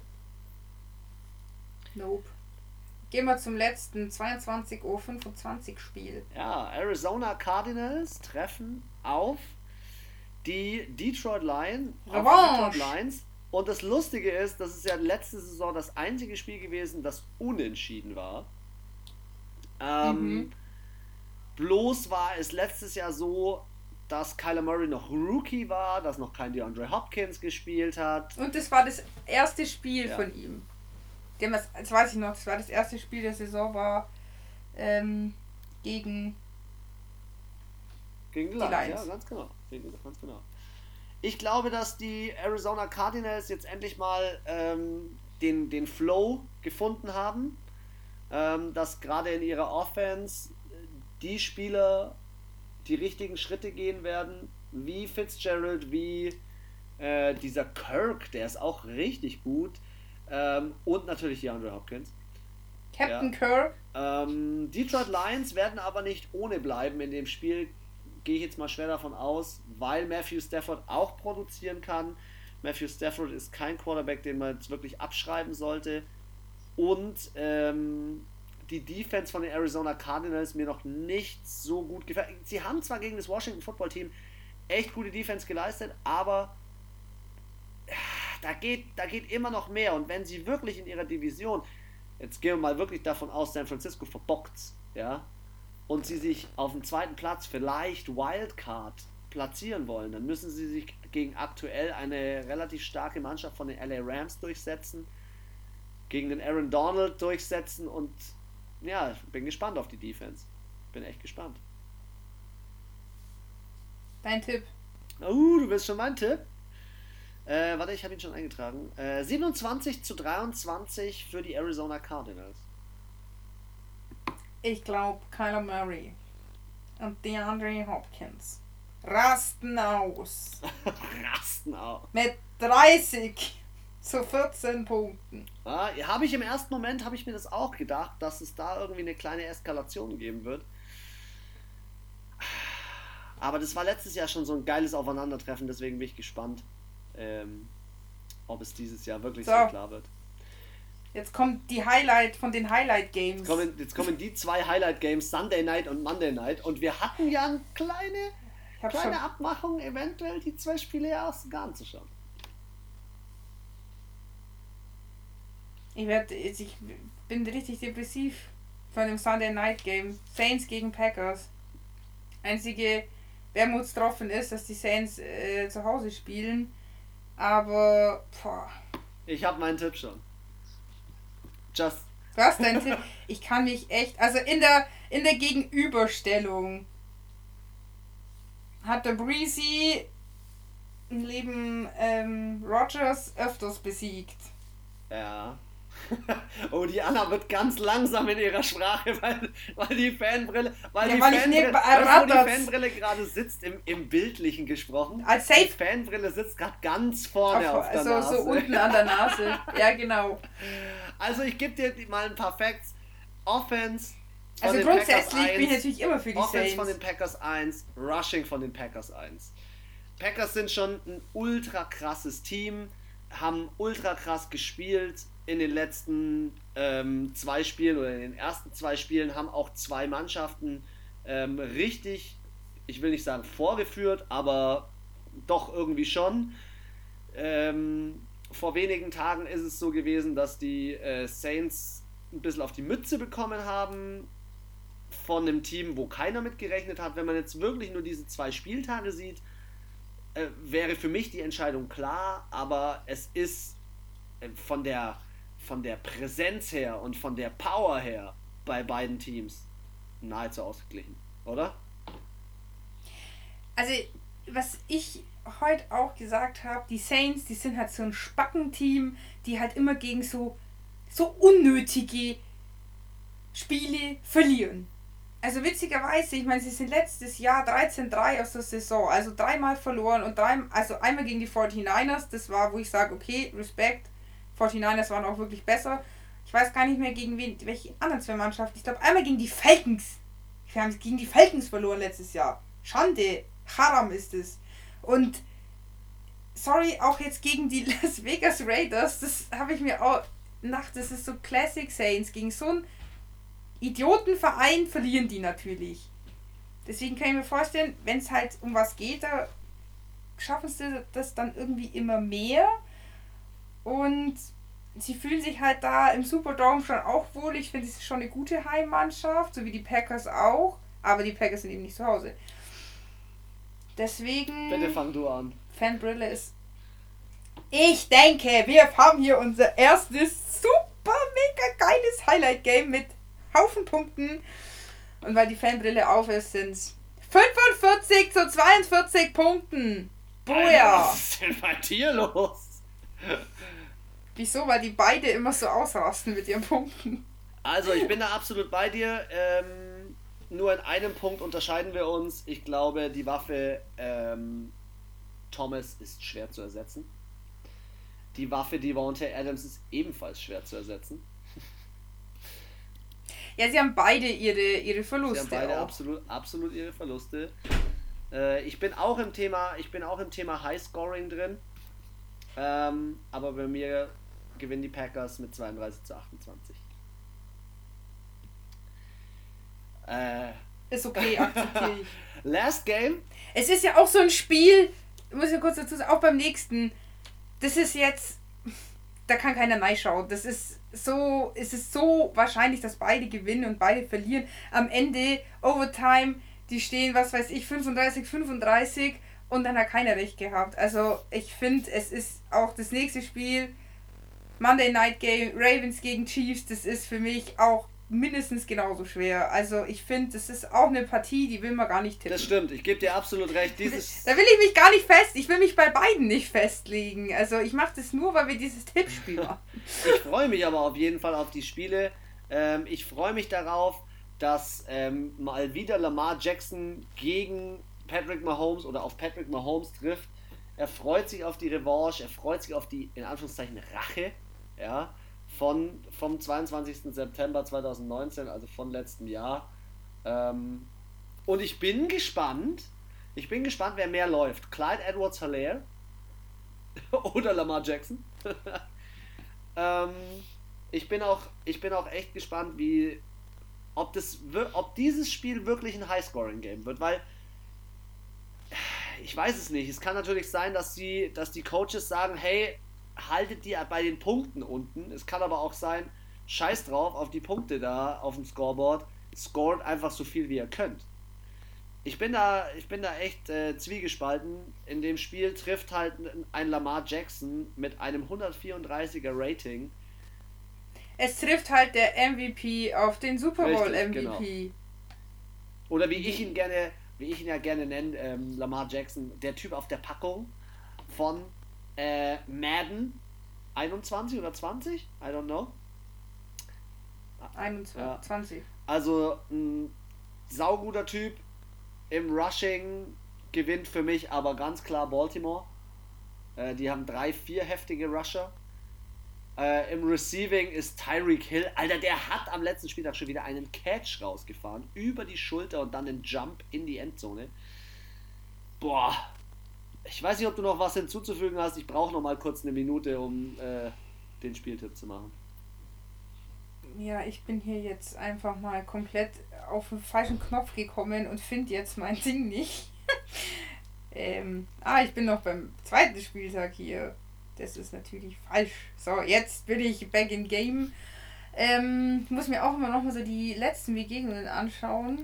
Nope. Gehen wir zum letzten zweiundzwanzig Uhr fünfundzwanzig Spiel. Ja, Arizona Cardinals treffen auf die Detroit Lions. Revanche. Detroit Lions. Und das Lustige ist, das ist ja letzte Saison das einzige Spiel gewesen, das unentschieden war. Ähm, Mhm. Bloß war es letztes Jahr so, dass Kyler Murray noch Rookie war, dass noch kein DeAndre Hopkins gespielt hat. Und das war das erste Spiel Ja. von ihm. Dem, das, das weiß ich noch, das war das erste Spiel der Saison, war ähm, gegen Gegen die, Die Lions, Lions. ja, ganz genau. Gegen, ganz genau. Ich glaube, dass die Arizona Cardinals jetzt endlich mal ähm, den, den Flow gefunden haben, ähm, dass gerade in ihrer Offense die Spieler die richtigen Schritte gehen werden, wie Fitzgerald, wie äh, dieser Kirk, der ist auch richtig gut, ähm, und natürlich DeAndre Hopkins. Captain Ja. Kirk. Ähm, Detroit Lions werden aber nicht ohne bleiben in dem Spiel, gehe ich jetzt mal schwer davon aus, weil Matthew Stafford auch produzieren kann. Matthew Stafford ist kein Quarterback, den man jetzt wirklich abschreiben sollte. Und ähm, die Defense von den Arizona Cardinals mir noch nicht so gut gefällt. Sie haben zwar gegen das Washington Football Team echt gute Defense geleistet, aber da geht, da geht immer noch mehr. Und wenn sie wirklich in ihrer Division, jetzt gehen wir mal wirklich davon aus, San Francisco verbockt's, ja, und sie sich auf dem zweiten Platz vielleicht Wildcard platzieren wollen, dann müssen sie sich gegen aktuell eine relativ starke Mannschaft von den L A Rams durchsetzen, gegen den Aaron Donald durchsetzen und ja, bin gespannt auf die Defense. Bin echt gespannt. Dein Tipp. Uh, du willst schon meinen Tipp? Äh, warte, ich habe ihn schon eingetragen. Äh, siebenundzwanzig zu dreiundzwanzig für die Arizona Cardinals. Ich glaube Kyler Murray und DeAndre Hopkins rasten aus. Rasten auch. Mit dreißig zu vierzehn Punkten. Ja, habe ich im ersten Moment, habe ich mir das auch gedacht, dass es da irgendwie eine kleine Eskalation geben wird. Aber das war letztes Jahr schon so ein geiles Aufeinandertreffen, deswegen bin ich gespannt, ähm, ob es dieses Jahr wirklich so, So. klar wird. Jetzt kommt die Highlight von den Highlight Games. Jetzt kommen, jetzt kommen die zwei Highlight-Games, Sunday Night und Monday Night. Und wir hatten ja eine kleine, Ich hab kleine schon, Abmachung, eventuell die zwei Spiele erst gar anzuschauen. ich, werd, ich bin richtig depressiv von dem Sunday Night Game. Saints gegen Packers. Einzige Wermutstropfen ist, dass die Saints äh, zu Hause spielen. Aber, boah. Ich habe meinen Tipp schon. Just. Du hast deinen Tipp. Ich kann mich echt, also in der, in der Gegenüberstellung hat der Breezy im Leben ähm, Rogers öfters besiegt. Ja. Oh, die Anna wird ganz langsam in ihrer Sprache, weil, weil die Fanbrille, weil Ja, die weil ich Fanbrille, nicht weißt du, wo die errattert's. Fanbrille gerade sitzt, im, im Bildlichen gesprochen. Als Die Safe. Fanbrille sitzt gerade ganz vorne auf, Auf, der so, Nase. so unten an der Nase. Ja, genau. Also ich gebe dir mal ein paar Facts. Offense von Also den grundsätzlich Packers bin ich eins, natürlich immer für die Offense Saints. von den Packers eins, Rushing von den Packers eins. Packers sind schon ein ultra krasses Team, haben ultra krass gespielt in den letzten ähm, zwei Spielen oder in den ersten zwei Spielen, haben auch zwei Mannschaften ähm, richtig, ich will nicht sagen vorgeführt, aber doch irgendwie schon. Ähm, vor wenigen Tagen ist es so gewesen, dass die äh, Saints ein bisschen auf die Mütze bekommen haben von einem Team, wo keiner mit gerechnet hat. Wenn man jetzt wirklich nur diese zwei Spieltage sieht, äh, wäre für mich die Entscheidung klar, aber es ist äh, von der von der Präsenz her und von der Power her bei beiden Teams nahezu ausgeglichen, oder? Also, was ich heute auch gesagt habe, die Saints, die sind halt so ein Spackenteam, die halt immer gegen so, so unnötige Spiele verlieren. Also witzigerweise, ich meine, sie sind letztes Jahr dreizehn drei aus der Saison, also dreimal verloren und drei, also einmal gegen die forty-niners, das war, wo ich sage, okay, Respekt, forty-niners waren auch wirklich besser. Ich weiß gar nicht mehr gegen wen, welche anderen zwei Mannschaften, ich glaube einmal gegen die Falcons. Wir haben gegen die Falcons verloren letztes Jahr. Schande, Haram ist es. Und sorry, auch jetzt gegen die Las Vegas Raiders, das habe ich mir auch gedacht, das ist so Classic Saints, gegen so einen Idiotenverein verlieren die natürlich. Deswegen kann ich mir vorstellen, wenn es halt um was geht, da schaffen sie das dann irgendwie immer mehr. Und sie fühlen sich halt da im Superdome schon auch wohl. Ich finde, es ist schon eine gute Heimmannschaft, so wie die Packers auch. Aber die Packers sind eben nicht zu Hause. Deswegen... Bitte fang du an. Fanbrille ist... Ich denke, wir haben hier unser erstes super mega geiles Highlight-Game mit Haufen Punkten. Und weil die Fanbrille auf ist, sind es fünfundvierzig zu zweiundvierzig Punkten. Boja! Was ist denn bei dir los? Wieso? Weil die beide immer so ausrasten mit ihren Punkten. Also, ich bin da absolut bei dir. Ähm, nur in einem Punkt unterscheiden wir uns. Ich glaube, die Waffe ähm, Thomas ist schwer zu ersetzen. Die Waffe Devontae Adams ist ebenfalls schwer zu ersetzen. Ja, sie haben beide ihre, ihre Verluste. Sie haben beide auch. absolut, absolut ihre Verluste. Äh, ich bin auch im Thema, ich bin auch im Thema High Scoring drin. Ähm, aber bei mir gewinnen die Packers mit zweiunddreißig zu achtundzwanzig. Äh, Ist okay, akzeptiere ich. Last Game. Es ist ja auch so ein Spiel, muss ich kurz dazu sagen, auch beim nächsten. Das ist jetzt, da kann keiner reinschauen. Das ist so, es ist so wahrscheinlich, dass beide gewinnen und beide verlieren. Am Ende, Overtime, die stehen, was weiß ich, fünfunddreißig fünfunddreißig und dann hat keiner recht gehabt. Also ich finde, es ist auch das nächste Spiel, Monday Night Game, Ravens gegen Chiefs, das ist für mich auch mindestens genauso schwer. Also ich finde, das ist auch eine Partie, die will man gar nicht tippen. Das stimmt, ich gebe dir absolut recht. Dieses Da will ich mich gar nicht fest, ich will mich bei beiden nicht festlegen. Also ich mache das nur, weil wir dieses Tippspiel machen. Ich freue mich aber auf jeden Fall auf die Spiele. Ähm, ich freue mich darauf, dass ähm, mal wieder Lamar Jackson gegen Patrick Mahomes oder auf Patrick Mahomes trifft. Er freut sich auf die Revanche, er freut sich auf die, in Anführungszeichen, Rache, ja, von, vom zweiundzwanzigsten September zweitausendneunzehn, also von letztem Jahr. Ähm, und ich bin gespannt, ich bin gespannt, wer mehr läuft. Clyde Edwards-Helaire oder Lamar Jackson. ähm, ich bin auch, ich bin auch echt gespannt, wie, ob, das, ob dieses Spiel wirklich ein High-Scoring-Game wird, weil ich weiß es nicht. Es kann natürlich sein, dass die, dass die Coaches sagen, hey, haltet die bei den Punkten unten. Es kann aber auch sein, scheiß drauf auf die Punkte da auf dem Scoreboard, scoret einfach so viel wie ihr könnt. Ich bin da, ich bin da echt äh, zwiegespalten. In dem Spiel trifft halt ein Lamar Jackson mit einem hundertvierunddreißiger Rating. Es trifft halt der M V P auf den Super Bowl Richtig, M V P. genau. Oder wie ich ihn gerne, wie ich ihn ja gerne nenne, ähm, Lamar Jackson, der Typ auf der Packung von äh, Madden einundzwanzig oder zwanzig, I don't know. einundzwanzig. Ja. Also ein sauguter Typ. Im Rushing gewinnt für mich aber ganz klar Baltimore. Äh, die haben drei, vier heftige Rusher. Äh, Im Receiving ist Tyreek Hill. Alter, der hat am letzten Spieltag schon wieder einen Catch rausgefahren. Über die Schulter und dann einen Jump in die Endzone. Boah. Ich weiß nicht, ob du noch was hinzuzufügen hast. Ich brauche noch mal kurz eine Minute, um äh, den Spieltipp zu machen. Ja, ich bin hier jetzt einfach mal komplett auf den falschen Knopf gekommen und finde jetzt mein Ding nicht. ähm, ah, ich bin noch beim zweiten Spieltag hier. Das ist natürlich falsch. So, jetzt bin ich back in game. Ähm, ich muss mir auch immer noch mal so die letzten Begegnungen anschauen.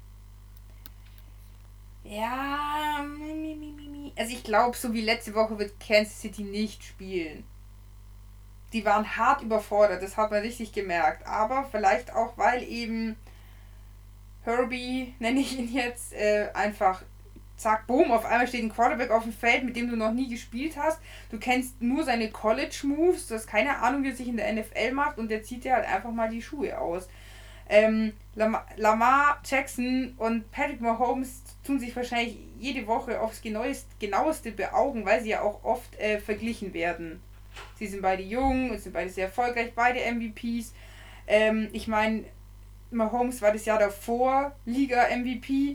Ja, also ich glaube, so wie letzte Woche wird Kansas City nicht spielen. Die waren hart überfordert, das hat man richtig gemerkt. Aber vielleicht auch, weil eben Herbie, nenne ich ihn jetzt, äh, einfach zack, boom, auf einmal steht ein Quarterback auf dem Feld, mit dem du noch nie gespielt hast. Du kennst nur seine College-Moves, du hast keine Ahnung, wie er sich in der N F L macht und der zieht dir halt einfach mal die Schuhe aus. Ähm, Lam- Lamar Jackson und Patrick Mahomes tun sich wahrscheinlich jede Woche aufs genauest, genaueste beaugen, weil sie ja auch oft äh, verglichen werden. Sie sind beide jung und sind beide sehr erfolgreich, beide M V Ps. Ähm, ich meine, Mahomes war das Jahr davor Liga-M V P.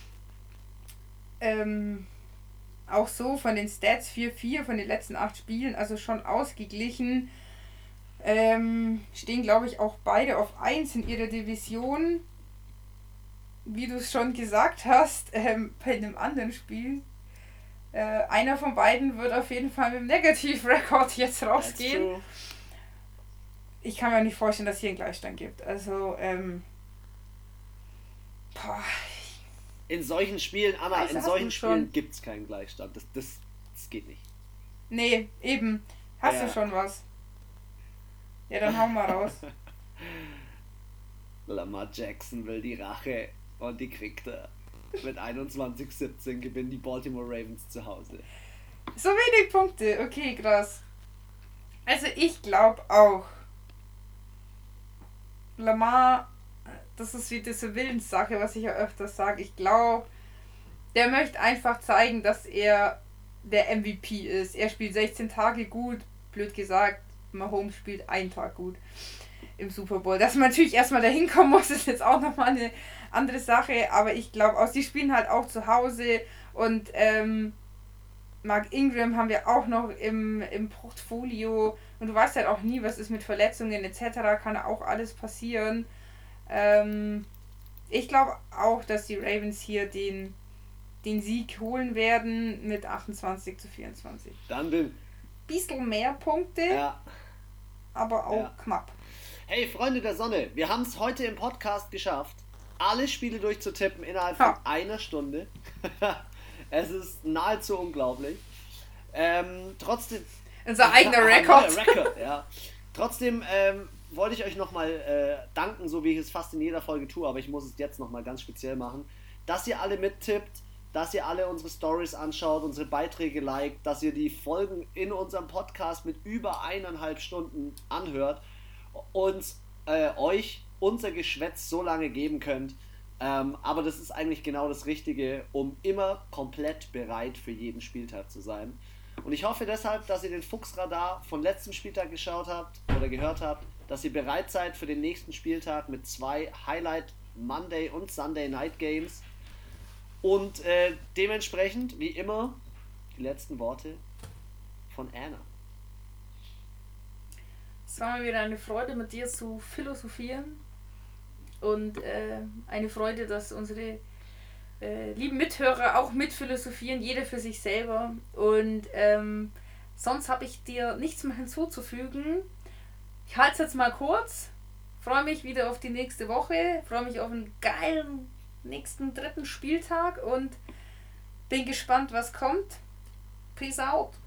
Ähm, auch so von den Stats vier vier von den letzten acht Spielen, also schon ausgeglichen. Ähm, stehen, glaube ich, auch beide auf eins in ihrer Division. Wie du es schon gesagt hast, ähm, bei einem anderen Spiel. Äh, einer von beiden wird auf jeden Fall mit dem Negativ-Rekord jetzt rausgehen. Ich kann mir nicht vorstellen, dass es hier einen Gleichstand gibt. Also, ähm, boah. In solchen Spielen, Anna, in solchen Spielen gibt es keinen Gleichstand. Das, das, das geht nicht. Nee, eben. Hast ja. du schon was? Ja, dann hau mal raus. Lamar Jackson will die Rache und die kriegt er. Mit einundzwanzig siebzehn gewinnen die Baltimore Ravens zu Hause. So wenig Punkte, okay, krass. Also ich glaube auch, Lamar, das ist wie diese Willenssache, was ich ja öfters sage. Ich glaube, der möchte einfach zeigen, dass er der M V P ist. Er spielt sechzehn Tage gut, blöd gesagt, Mahomes spielt einen Tag gut im Super Bowl. Dass man natürlich erstmal dahin kommen muss, ist jetzt auch nochmal eine andere Sache, aber ich glaube auch, sie spielen halt auch zu Hause und ähm, Mark Ingram haben wir auch noch im, im Portfolio und du weißt halt auch nie, was ist mit Verletzungen et cetera, kann auch alles passieren. Ähm, ich glaube auch, dass die Ravens hier den, den Sieg holen werden mit achtundzwanzig zu vierundzwanzig. Dann bin bisschen mehr Punkte, ja. aber auch ja. knapp. Hey Freunde der Sonne, wir haben es heute im Podcast geschafft, alle Spiele durchzutippen innerhalb von ja. einer Stunde. Es ist nahezu unglaublich. Ähm, trotzdem... Unser eigener Rekord. Rekord, ja. Trotzdem ähm, wollte ich euch nochmal äh, danken, so wie ich es fast in jeder Folge tue, aber ich muss es jetzt nochmal ganz speziell machen, dass ihr alle mittippt, dass ihr alle unsere Stories anschaut, unsere Beiträge liked, dass ihr die Folgen in unserem Podcast mit über eineinhalb Stunden anhört und äh, euch unser Geschwätz so lange geben könnt. Ähm, aber das ist eigentlich genau das Richtige, um immer komplett bereit für jeden Spieltag zu sein. Und ich hoffe deshalb, dass ihr den Fuchsradar von letztem Spieltag geschaut habt oder gehört habt, dass ihr bereit seid für den nächsten Spieltag mit zwei Highlight Monday und Sunday Night Games. Und äh, dementsprechend, wie immer, die letzten Worte von Anna. Es war mir wieder eine Freude, mit dir zu philosophieren. Und äh, eine Freude, dass unsere äh, lieben Mithörer auch mitphilosophieren, jeder für sich selber. Und ähm, sonst habe ich dir nichts mehr hinzuzufügen. Ich halte es jetzt mal kurz. Freue mich wieder auf die nächste Woche. Freue mich auf einen geilen nächsten dritten Spieltag und bin gespannt, was kommt. Peace out.